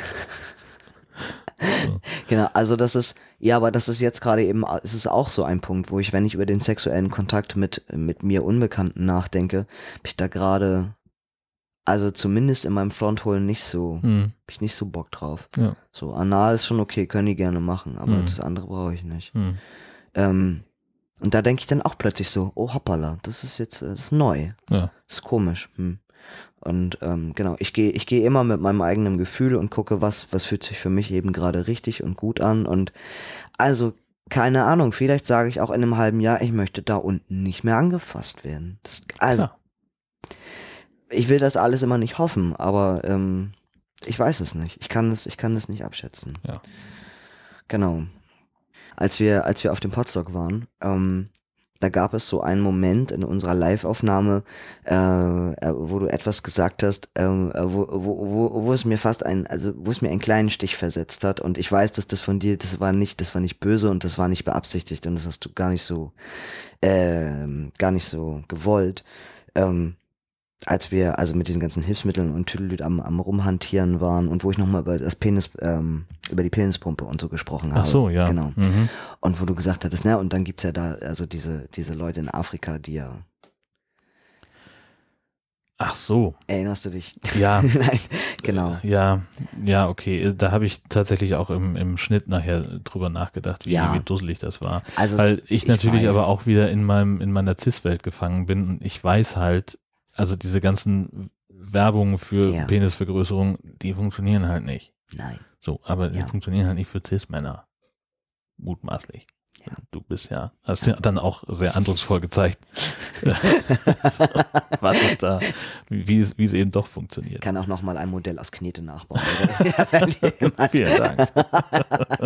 So. genau. Also das ist, ja, aber das ist jetzt gerade eben, es ist auch so ein Punkt, wo ich, wenn ich über den sexuellen Kontakt mit, mit mir Unbekannten nachdenke, hab ich da gerade, also zumindest in meinem Fronthole nicht so, Hm. hab ich nicht so Bock drauf. Ja. So, anal ist schon okay, können die gerne machen, aber Hm. das andere brauche ich nicht. Hm. Ähm, und da denke ich dann auch plötzlich so, oh hoppala, das ist jetzt, äh, das ist neu. Ja. Das ist komisch. Hm. Und ähm, genau, ich gehe ich gehe immer mit meinem eigenen Gefühl und gucke, was was fühlt sich für mich eben gerade richtig und gut an. Und also, keine Ahnung, vielleicht sage ich auch in einem halben Jahr, ich möchte da unten nicht mehr angefasst werden. Das, also, Klar. ich will das alles immer nicht hoffen, aber ähm, ich weiß es nicht. Ich kann es, ich kann es nicht abschätzen. Ja. Genau. Als wir, als wir auf dem Podstock waren, ähm, da gab es so einen Moment in unserer Live-Aufnahme, äh, äh, wo du etwas gesagt hast, ähm, äh, wo, wo, wo, wo es mir fast ein, also wo es mir einen kleinen Stich versetzt hat. Und ich weiß, dass das von dir, das war nicht, das war nicht böse und das war nicht beabsichtigt und das hast du gar nicht so, ähm, gar nicht so gewollt. Ähm, als wir also mit diesen ganzen Hilfsmitteln und Tüdelüt am, am rumhantieren waren und wo ich nochmal über das Penis, ähm, über die Penispumpe und so gesprochen habe. Ach so, ja. Genau. Mhm. Und wo du gesagt hattest, ne, und dann gibt's ja da, also diese, diese Leute in Afrika, die ja, Ach so. erinnerst du dich? Ja. Nein, genau. Ja, ja, okay. Da habe ich tatsächlich auch im, im Schnitt nachher drüber nachgedacht, wie, Ja. wie dusselig das war. Also Weil ich natürlich weiß. aber auch wieder in meinem, in meiner Cis-Welt gefangen bin und ich weiß halt, also diese ganzen Werbungen für Ja. Penisvergrößerung, die funktionieren halt nicht. Nein. So, aber Ja. die funktionieren halt nicht für Cis-Männer. Mutmaßlich. Ja. Du bist ja, hast ja dann auch sehr eindrucksvoll gezeigt, so, was ist da, wie es, wie es eben doch funktioniert. Kann auch nochmal ein Modell aus Knete nachbauen. Ja, wenn jemand- Vielen Dank.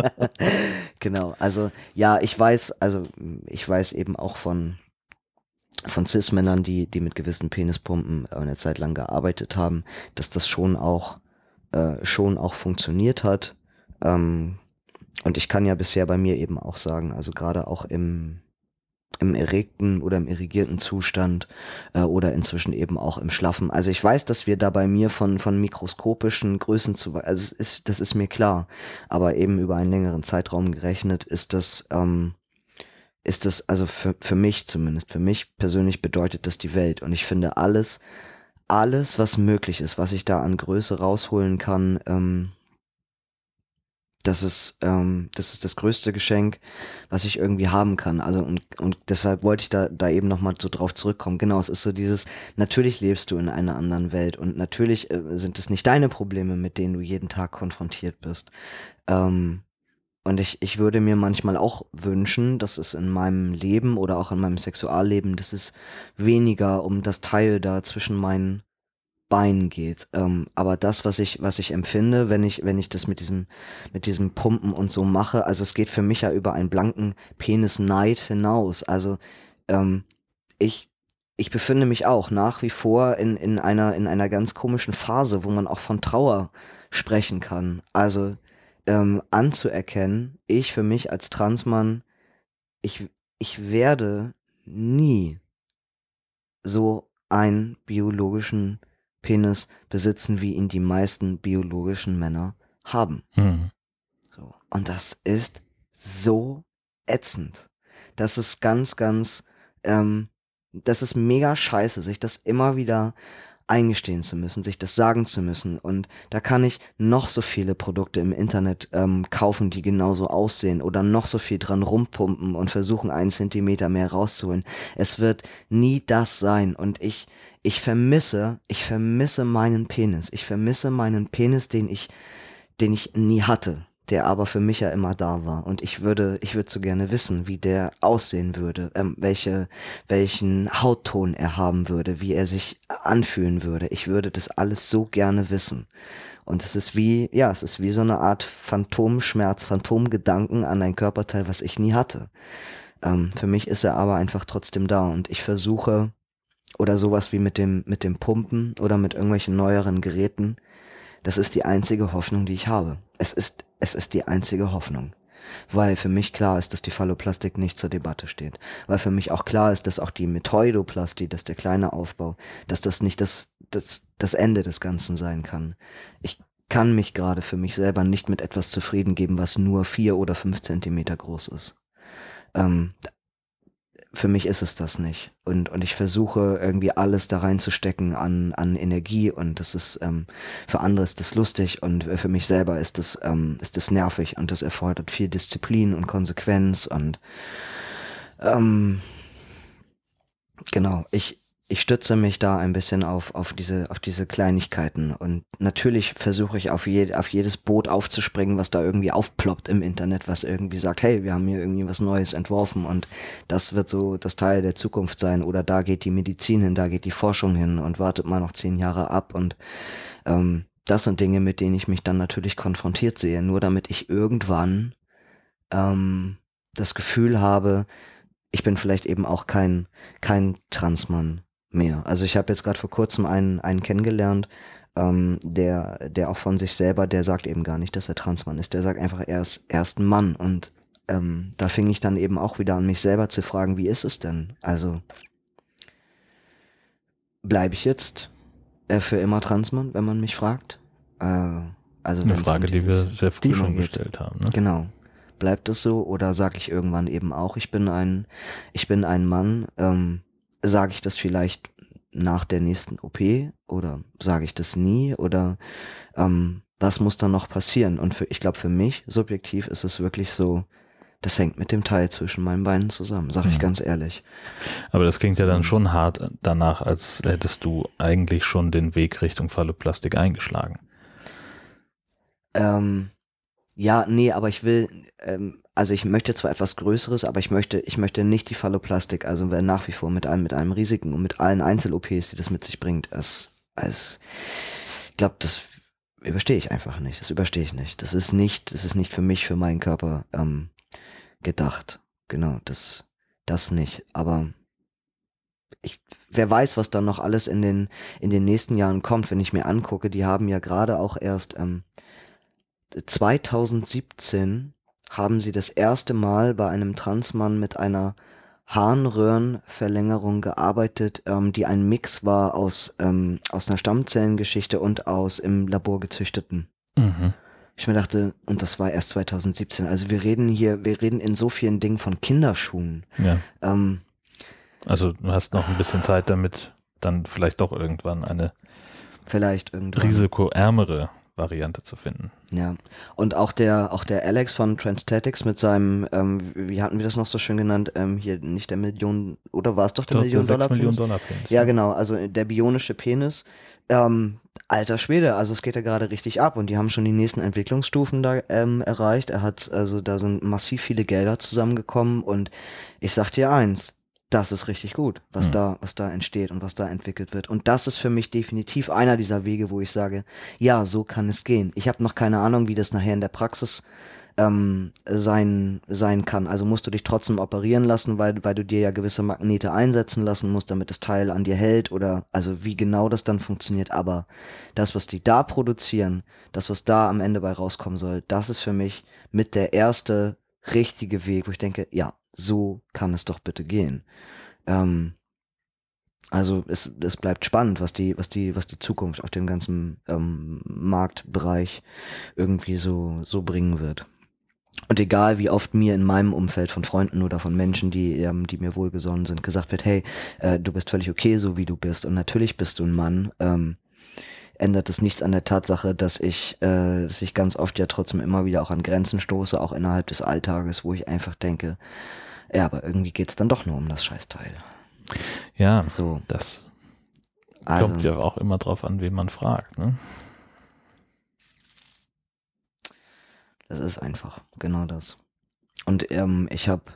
Genau, also ja, ich weiß, also ich weiß eben auch von von Cis-Männern, die, die mit gewissen Penispumpen eine Zeit lang gearbeitet haben, dass das schon auch, äh, schon auch funktioniert hat. Ähm, und ich kann ja bisher bei mir eben auch sagen, also gerade auch im, im erregten oder im irrigierten Zustand äh, oder inzwischen eben auch im Schlaffen. Also ich weiß, dass wir da bei mir von, von mikroskopischen Größen zu, also es ist, das ist mir klar, aber eben über einen längeren Zeitraum gerechnet ist das, ähm, ist das, also für, für mich zumindest, für mich persönlich bedeutet das die Welt. Und ich finde alles, alles, was möglich ist, was ich da an Größe rausholen kann, ähm, das ist, ähm, das ist das größte Geschenk, was ich irgendwie haben kann. Also und, und deshalb wollte ich da, da eben nochmal so drauf zurückkommen. Genau, es ist so dieses, natürlich lebst du in einer anderen Welt und natürlich äh, sind es nicht deine Probleme, mit denen du jeden Tag konfrontiert bist. Ähm, Und ich, ich würde mir manchmal auch wünschen, dass es in meinem Leben oder auch in meinem Sexualleben, dass es weniger um das Teil da zwischen meinen Beinen geht. Ähm, aber das, was ich, was ich empfinde, wenn ich, wenn ich das mit diesem, mit diesem Pumpen und so mache, also es geht für mich ja über einen blanken Penisneid hinaus. Also ähm, ich, ich befinde mich auch nach wie vor in, in einer, in einer ganz komischen Phase, wo man auch von Trauer sprechen kann. Also ähm, anzuerkennen, ich für mich als Transmann, ich, ich werde nie so einen biologischen Penis besitzen, wie ihn die meisten biologischen Männer haben. Mhm. So. Und das ist so ätzend. Das ist ganz, ganz, ähm, das ist mega scheiße, sich das immer wieder eingestehen zu müssen, sich das sagen zu müssen. Und da kann ich noch so viele Produkte im Internet ähm, kaufen, die genauso aussehen oder noch so viel dran rumpumpen und versuchen, einen Zentimeter mehr rauszuholen. Es wird nie das sein. Und ich, ich vermisse, ich vermisse meinen Penis. Ich vermisse meinen Penis, den ich, den ich nie hatte, der aber für mich ja immer da war. Und ich würde, ich würde so gerne wissen, wie der aussehen würde, ähm, welche, welchen Hautton er haben würde, wie er sich anfühlen würde. Ich würde das alles so gerne wissen. Und es ist wie, ja, es ist wie so eine Art Phantomschmerz, Phantomgedanken an ein Körperteil, was ich nie hatte. Ähm, für mich ist er aber einfach trotzdem da und ich versuche, oder sowas wie mit dem, mit dem Pumpen oder mit irgendwelchen neueren Geräten, das ist die einzige Hoffnung, die ich habe. Es ist, es ist die einzige Hoffnung. Weil für mich klar ist, dass die Phalloplastik nicht zur Debatte steht. Weil für mich auch klar ist, dass auch die Metoidoplastie, dass der kleine Aufbau, dass das nicht das, das, das Ende des Ganzen sein kann. Ich kann mich gerade für mich selber nicht mit etwas zufrieden geben, was nur vier oder fünf Zentimeter groß ist. Ähm, Für mich ist es das nicht. Und, und ich versuche irgendwie alles da reinzustecken an, an Energie und das ist, ähm, für andere ist das lustig und für mich selber ist das, ähm, ist das nervig und das erfordert viel Disziplin und Konsequenz und, ähm, genau, ich, ich stütze mich da ein bisschen auf, auf diese, auf diese Kleinigkeiten und natürlich versuche ich auf je, auf jedes Boot aufzuspringen, was da irgendwie aufploppt im Internet, was irgendwie sagt, hey, wir haben hier irgendwie was Neues entworfen und das wird so das Teil der Zukunft sein oder da geht die Medizin hin, da geht die Forschung hin und wartet mal noch zehn Jahre ab und, ähm, das sind Dinge, mit denen ich mich dann natürlich konfrontiert sehe, nur damit ich irgendwann, ähm, das Gefühl habe, ich bin vielleicht eben auch kein, kein Transmann mehr. Also ich habe jetzt gerade vor kurzem einen, einen kennengelernt, ähm, der, der auch von sich selber, der sagt eben gar nicht, dass er Transmann ist. Der sagt einfach, er ist, er ist ein Mann. Und ähm, da fing ich dann eben auch wieder an, mich selber zu fragen, wie ist es denn? Also bleibe ich jetzt äh, für immer Transmann, wenn man mich fragt? Äh, also Eine wenn's Frage, um die wir dieses sehr früh Thema schon geht. gestellt haben. Ne? Genau. Bleibt es so oder sage ich irgendwann eben auch, ich bin ein, ich bin ein Mann, ähm, sage ich das vielleicht nach der nächsten O P oder sage ich das nie oder ähm, was muss dann noch passieren? Und für, ich glaube für mich subjektiv ist es wirklich so, das hängt mit dem Teil zwischen meinen Beinen zusammen, sage ich Mhm. ganz ehrlich. Aber das klingt ja So. dann schon hart danach, als hättest du eigentlich schon den Weg Richtung Phalloplastik eingeschlagen. Ähm, ja, nee, aber ich will, ähm, also ich möchte zwar etwas Größeres, aber ich möchte, ich möchte nicht die Phalloplastik, also nach wie vor mit einem, mit einem Risiken und mit allen Einzel-O Ps, die das mit sich bringt, als, als, ich glaube, das überstehe ich einfach nicht, das überstehe ich nicht. Das ist nicht, das ist nicht für mich, für meinen Körper, ähm, gedacht. Genau, das, das nicht, aber ich, wer weiß, was dann noch alles in den, in den nächsten Jahren kommt, wenn ich mir angucke, die haben ja gerade auch erst ähm, zweitausendsiebzehn haben sie das erste Mal bei einem Transmann mit einer Harnröhrenverlängerung gearbeitet, ähm, die ein Mix war aus, ähm, aus einer Stammzellengeschichte und aus im Labor gezüchteten. Mhm. Ich mir dachte, und das war erst zweitausendsiebzehn, also wir reden hier, wir reden in so vielen Dingen von Kinderschuhen. Ja. Ähm, Also du hast noch ein bisschen Zeit, damit dann vielleicht doch irgendwann eine vielleicht irgendwann. risikoärmere Variante zu finden. Ja, und auch der auch der Alex von Transstatics mit seinem, ähm, wie hatten wir das noch so schön genannt, ähm, hier nicht der Million, oder war es doch der Million Dollar Millionen Penis? Dollar Penis. Ja, genau, also der bionische Penis. Ähm, alter Schwede, also es geht ja gerade richtig ab und die haben schon die nächsten Entwicklungsstufen da ähm, erreicht. Er hat, also da sind massiv viele Gelder zusammengekommen und ich sag dir eins, das ist richtig gut, was Hm. da, was da entsteht und was da entwickelt wird. Und das ist für mich definitiv einer dieser Wege, wo ich sage, ja, so kann es gehen. Ich habe noch keine Ahnung, wie das nachher in der Praxis ähm, sein, sein kann. Also musst du dich trotzdem operieren lassen, weil, weil du dir ja gewisse Magnete einsetzen lassen musst, damit das Teil an dir hält oder also wie genau das dann funktioniert. Aber das, was die da produzieren, das, was da am Ende bei rauskommen soll, das ist für mich mit der erste richtige Weg, wo ich denke, ja, so kann es doch bitte gehen. Ähm, also es, es bleibt spannend, was die, was die, was die Zukunft auf dem ganzen ähm, Marktbereich irgendwie so, so bringen wird. Und egal wie oft mir in meinem Umfeld von Freunden oder von Menschen, die, ähm, die mir wohlgesonnen sind, gesagt wird, hey, äh, du bist völlig okay, so wie du bist und natürlich bist du ein Mann, ähm, ändert es nichts an der Tatsache, dass ich, äh, dass ich ganz oft ja trotzdem immer wieder auch an Grenzen stoße, auch innerhalb des Alltages, wo ich einfach denke, ja, aber irgendwie geht's dann doch nur um das Scheißteil. Ja, So, das also, kommt ja auch immer drauf an, wen man fragt. Ne? das ist einfach genau das. Und ähm, ich habe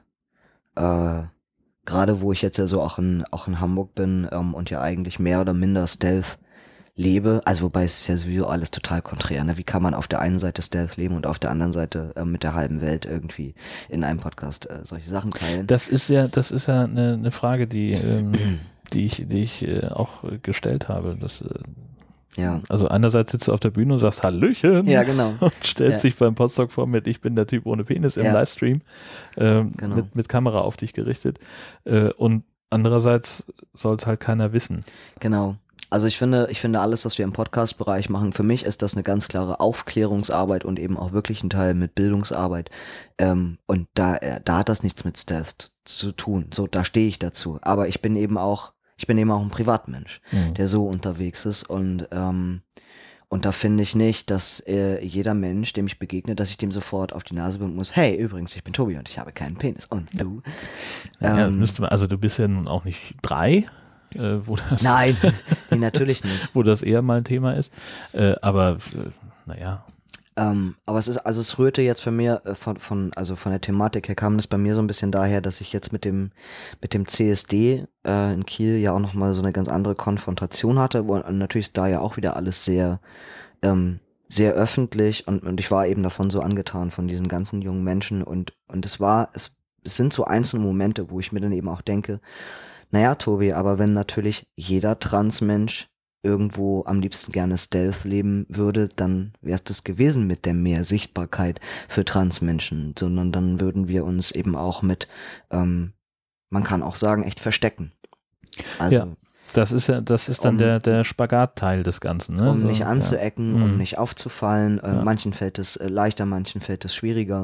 äh, gerade, wo ich jetzt ja so auch in auch in Hamburg bin ähm, und ja eigentlich mehr oder minder Stealth lebe, also wobei es ist ja sowieso alles total konträr, ne? Wie kann man auf der einen Seite Stealth leben und auf der anderen Seite äh, mit der halben Welt irgendwie in einem Podcast äh, solche Sachen teilen? Das ist ja, das ist ja eine, eine Frage, die, ähm, die ich, die ich äh, auch gestellt habe. Das, äh, Ja, also einerseits sitzt du auf der Bühne und sagst Hallöchen ja, genau. und stellst Ja. dich beim Podstock vor mit Ich bin der Typ ohne Penis im Ja. Livestream ähm, Genau. mit, mit Kamera auf dich gerichtet. Äh, und andererseits soll es halt keiner wissen. Genau. Also ich finde, ich finde alles, was wir im Podcast-Bereich machen, für mich ist das eine ganz klare Aufklärungsarbeit und eben auch wirklich ein Teil mit Bildungsarbeit. Ähm, und da, äh, da hat das nichts mit Stealth zu tun. So, da stehe ich dazu. Aber ich bin eben auch, ich bin eben auch ein Privatmensch, Mhm. der so unterwegs ist und ähm, und da finde ich nicht, dass äh, jeder Mensch, dem ich begegne, dass ich dem sofort auf die Nase binden muss. Hey, übrigens, ich bin Tobi und ich habe keinen Penis. Und du? Ja, das Ähm, müsste man, also du bist ja nun auch nicht drei, äh, wo das Nein, nee, natürlich nicht. wo das eher mal ein Thema ist. Äh, aber äh, naja. Ähm, aber es ist, also es rührte jetzt für mir äh, von, von, also von der Thematik her kam es bei mir so ein bisschen daher, dass ich jetzt mit dem, mit dem C S D äh, in Kiel ja auch nochmal so eine ganz andere Konfrontation hatte, wo und natürlich ist da ja auch wieder alles sehr, ähm, sehr öffentlich und, und ich war eben davon so angetan von diesen ganzen jungen Menschen und, und es war, es, es sind so einzelne Momente, wo ich mir dann eben auch denke, naja, Tobi, aber wenn natürlich jeder Transmensch irgendwo am liebsten gerne Stealth leben würde, dann wäre es das gewesen mit der mehr Sichtbarkeit für Transmenschen, sondern dann würden wir uns eben auch mit, ähm, man kann auch sagen, echt verstecken. Also Ja, das ist ja, das ist dann Um- der, der Spagatteil des Ganzen, ne? um So, nicht ja. anzuecken, Mhm. um nicht aufzufallen. Äh, Ja. Manchen fällt es äh, leichter, manchen fällt es schwieriger.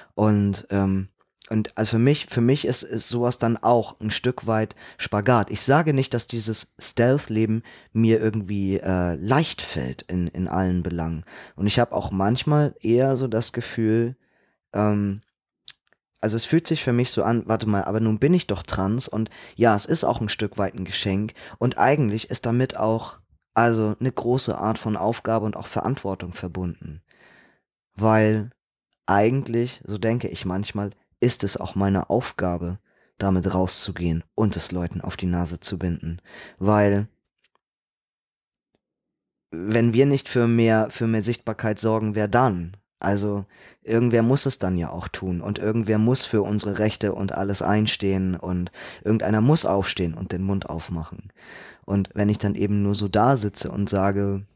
Und ähm, und also für mich, für mich ist, ist sowas dann auch ein Stück weit Spagat. Ich sage nicht, dass dieses Stealth-Leben mir irgendwie äh, leicht fällt in, in allen Belangen. Und ich habe auch manchmal eher so das Gefühl, ähm, also es fühlt sich für mich so an, warte mal, aber nun bin ich doch trans und ja, es ist auch ein Stück weit ein Geschenk und eigentlich ist damit auch also eine große Art von Aufgabe und auch Verantwortung verbunden. Weil eigentlich, so denke ich manchmal, ist es auch meine Aufgabe, damit rauszugehen und es Leuten auf die Nase zu binden. Weil wenn wir nicht für mehr, für mehr Sichtbarkeit sorgen, wer dann? Also irgendwer muss es dann ja auch tun und irgendwer muss für unsere Rechte und alles einstehen und irgendeiner muss aufstehen und den Mund aufmachen. Und wenn ich dann eben nur so da sitze und sage,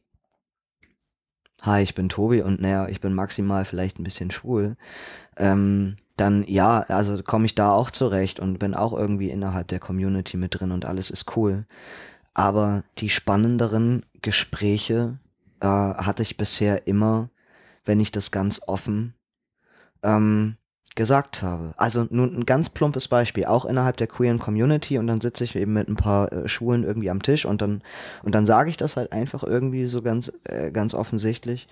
hi, ich bin Tobi und naja, ich bin maximal vielleicht ein bisschen schwul, ähm, dann ja, also komme ich da auch zurecht und bin auch irgendwie innerhalb der Community mit drin und alles ist cool. Aber die spannenderen Gespräche äh, hatte ich bisher immer, wenn ich das ganz offen ähm, gesagt habe. Also nun ein ganz plumpes Beispiel, auch innerhalb der queeren Community und dann sitze ich eben mit ein paar äh, Schwulen irgendwie am Tisch und dann und dann sage ich das halt einfach irgendwie so ganz äh, ganz offensichtlich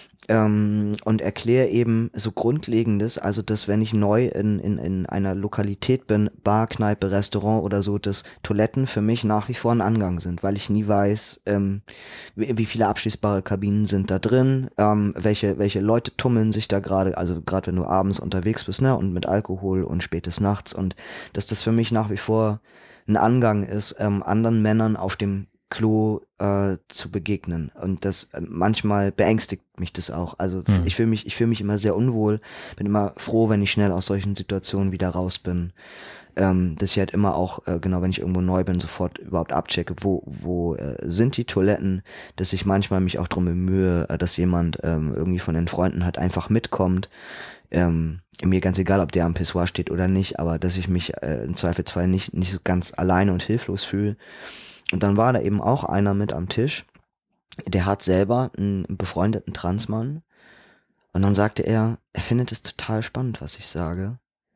ähm, und erkläre eben so Grundlegendes, also dass wenn ich neu in, in, in einer Lokalität bin, Bar, Kneipe, Restaurant oder so, dass Toiletten für mich nach wie vor ein Angang sind, weil ich nie weiß, ähm, wie, wie viele abschließbare Kabinen sind da drin, ähm, welche, welche Leute tummeln sich da gerade, also gerade wenn du abends unterwegs bist, ne, und mit Alkohol und spätes Nachts und dass das für mich nach wie vor ein Angang ist, ähm, anderen Männern auf dem Klo äh, zu begegnen und das äh, manchmal beängstigt mich das auch. Also Hm. ich fühle mich, ich fühle mich immer sehr unwohl, bin immer froh, wenn ich schnell aus solchen Situationen wieder raus bin. Ähm, dass ich halt immer auch, äh, genau, wenn ich irgendwo neu bin, sofort überhaupt abchecke, wo wo äh, sind die Toiletten, dass ich manchmal mich auch drum bemühe, äh, dass jemand ähm, irgendwie von den Freunden halt einfach mitkommt. Ähm, mir ganz egal, ob der am Pissoir steht oder nicht, aber dass ich mich äh, im Zweifelsfall nicht nicht so ganz alleine und hilflos fühle. Und dann war da eben auch einer mit am Tisch, der hat selber einen befreundeten Transmann und dann sagte er, er findet es total spannend, was ich sage,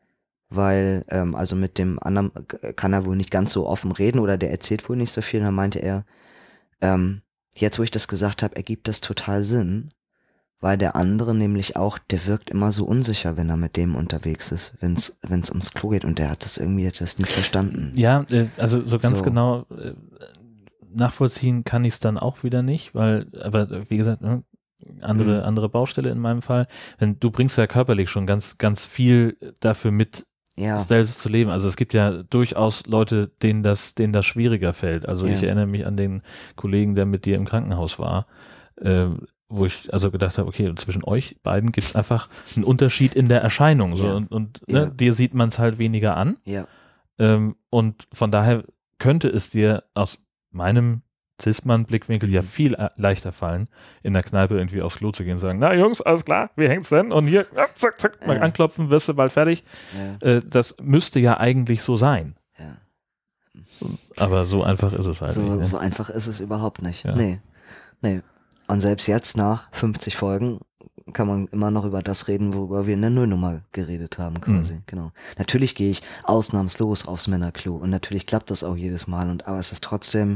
weil, ähm, also mit dem anderen kann er wohl nicht ganz so offen reden oder der erzählt wohl nicht so viel, und dann meinte er, ähm, jetzt wo ich das gesagt habe, ergibt das total Sinn, weil der andere nämlich auch, der wirkt immer so unsicher, wenn er mit dem unterwegs ist, wenn es wenn es ums Klo geht und der hat das irgendwie das nicht verstanden. Ja, äh, also so ganz So. genau äh, nachvollziehen kann ich es dann auch wieder nicht, weil, aber wie gesagt, ne, andere, Mhm. andere Baustelle in meinem Fall. Denn du bringst ja körperlich schon ganz, ganz viel dafür mit, Ja, Styles zu leben. Also es gibt ja durchaus Leute, denen das, denen das schwieriger fällt. Also Ja. ich erinnere mich an den Kollegen, der mit dir im Krankenhaus war, äh, wo ich also gedacht habe, okay, zwischen euch beiden gibt es einfach einen Unterschied in der Erscheinung. So, Ja. und und Ja. ne, dir sieht man es halt weniger an. ja, Ähm, und von daher könnte es dir aus meinem Cis-Mann-Blickwinkel ja Mhm. viel äh, leichter fallen, in der Kneipe irgendwie aufs Klo zu gehen und sagen, na Jungs, alles klar, wie hängt's denn? Und hier, ja, zack, zack, mal Ja. anklopfen, wirst du bald fertig. ja, Äh, das müsste ja eigentlich so sein. ja. Aber so einfach ist es halt So, nicht. Ne? so einfach ist es überhaupt nicht. Ja. Nee, nee. Und selbst jetzt nach fünfzig Folgen kann man immer noch über das reden, worüber wir in der Nullnummer geredet haben quasi. Mhm. Genau. Natürlich gehe ich ausnahmslos aufs Männerklo und natürlich klappt das auch jedes Mal und aber es ist trotzdem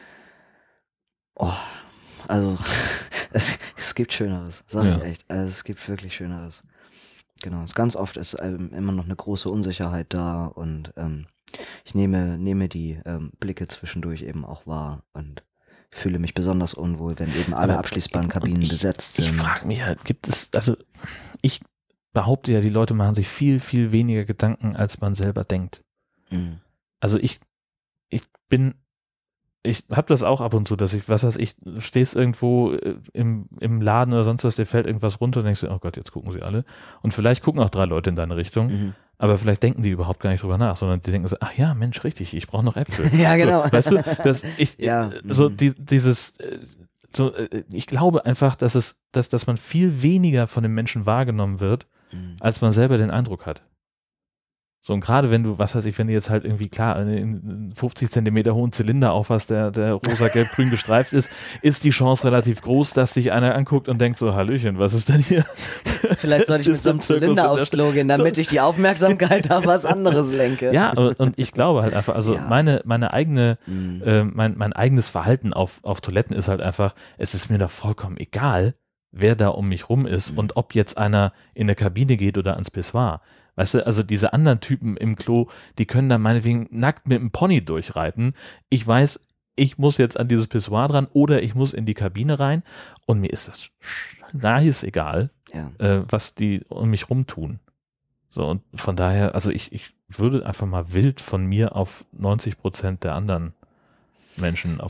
oh, also es, es gibt Schöneres, sag Ja. ich echt. Also es gibt wirklich Schöneres. Genau. Es ganz oft ist ähm, immer noch eine große Unsicherheit da und ähm, ich nehme nehme die ähm, Blicke zwischendurch eben auch wahr und fühle mich besonders unwohl, wenn eben alle Aber- abschließbaren und Kabinen ich- besetzt sind. Ich frage mich halt, gibt es, also ich behaupte ja, die Leute machen sich viel, viel weniger Gedanken, als man selber denkt. Mhm. Also ich, ich bin, ich habe das auch ab und zu, dass ich, was weiß ich, du stehst irgendwo äh, im, im Laden oder sonst was, dir fällt irgendwas runter und denkst dir, oh Gott, jetzt gucken sie alle. Und vielleicht gucken auch drei Leute in deine Richtung, Mhm. aber vielleicht denken die überhaupt gar nicht drüber nach, sondern die denken so, ach ja, Mensch, richtig, ich brauche noch Äpfel. Ja, genau. So, weißt du, dass ich, Ja, so mhm. die, dieses, äh, so, äh, ich glaube einfach, dass es, dass, dass man viel weniger von den Menschen wahrgenommen wird, Mhm. als man selber den Eindruck hat. So, und gerade wenn du, was weiß ich, wenn du jetzt halt irgendwie, klar, einen fünfzig Zentimeter hohen Zylinder aufhast, der, der rosa, gelb, grün gestreift ist, ist die Chance relativ groß, dass dich einer anguckt und denkt so, Hallöchen, was ist denn hier? Vielleicht sollte ich mit so einem Ist der Zirkus in Zylinder der aufs Klo gehen, damit ich die Aufmerksamkeit auf was anderes lenke. Ja, und, und ich glaube halt einfach, also Ja. meine, meine eigene, Mhm. äh, mein, mein eigenes Verhalten auf, auf Toiletten ist halt einfach, es ist mir da vollkommen egal, wer da um mich rum ist Mhm. und ob jetzt einer in eine Kabine geht oder ans Pissoir. Weißt du, also diese anderen Typen im Klo, die können da meinetwegen nackt mit dem Pony durchreiten. Ich weiß, ich muss jetzt an dieses Pissoir dran oder ich muss in die Kabine rein und mir ist das scheißegal, Ja. äh, was die um mich rumtun. So, und von daher, also ich, ich würde einfach mal wild von mir auf neunzig Prozent der anderen Menschen auf den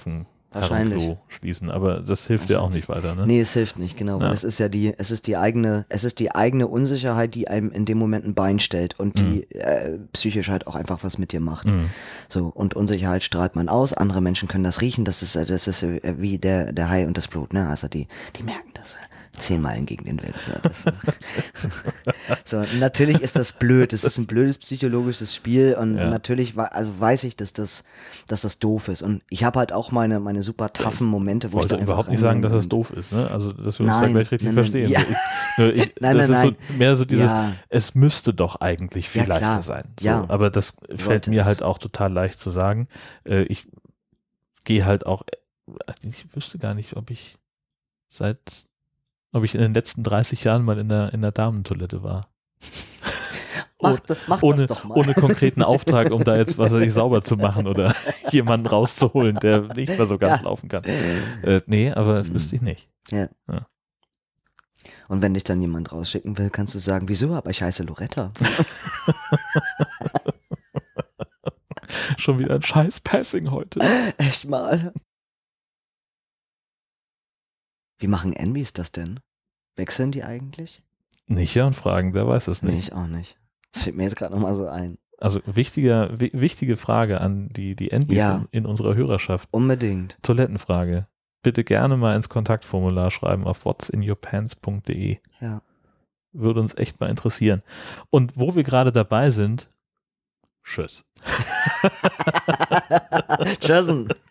Wahrscheinlich. Herrenklo schließen, aber das hilft ja auch nicht weiter, ne? Nee, es hilft nicht, genau, weil Ja. es ist ja die, es ist die eigene, es ist die eigene Unsicherheit, die einem in dem Moment ein Bein stellt und die Mhm. äh, psychisch halt auch einfach was mit dir macht. Mhm. So, und Unsicherheit strahlt man aus, andere Menschen können das riechen, das ist, äh, das ist äh, wie der, der Hai und das Blut, ne? Also die, die merken das. äh, Zehn Meilen gegen den Wind. So, das, so, natürlich ist das blöd, es ist ein blödes psychologisches Spiel und Ja. natürlich, wa- also weiß ich, dass das, dass das doof ist und ich habe halt auch meine, meine super toughen Momente, Ich wo ich wollte da einfach überhaupt nicht sagen, dass rein- es doof ist, ne? Also, dass wir uns da Nein, gleich richtig nein, nein, verstehen. ja. Ich, nur ich, Nein, das nein, ist nein. so mehr so dieses, Ja. es müsste doch eigentlich viel Ja, klar. leichter sein. So, Ja. aber das fällt Sollte mir es. halt auch total leicht zu sagen. Äh, ich gehe halt auch, ich wüsste gar nicht, ob ich seit, ob ich in den letzten dreißig Jahren mal in der, in der Damentoilette war. Mach, das, mach ohne, das doch mal. ohne konkreten Auftrag, um da jetzt was weiß ich, sauber zu machen oder jemanden rauszuholen, der nicht mehr so ganz Ja. laufen kann. Äh, nee, aber das wüsste ich nicht. Und wenn dich dann jemand rausschicken will, kannst du sagen, wieso? Aber ich heiße Loretta. Schon wieder ein scheiß Passing heute. Echt mal. Wie machen Enbys das denn? Wechseln die eigentlich? Nicht ja und fragen, wer weiß es Nee, nicht. ich auch nicht. Das fällt mir jetzt gerade nochmal so ein. Also wichtiger, wi- wichtige Frage an die, die Endys Ja. in, in unserer Hörerschaft. Unbedingt. Toilettenfrage. Bitte gerne mal ins Kontaktformular schreiben auf what's in your pants punkt de. Ja. Würde uns echt mal interessieren. Und wo wir gerade dabei sind, tschüss. Tschüssen.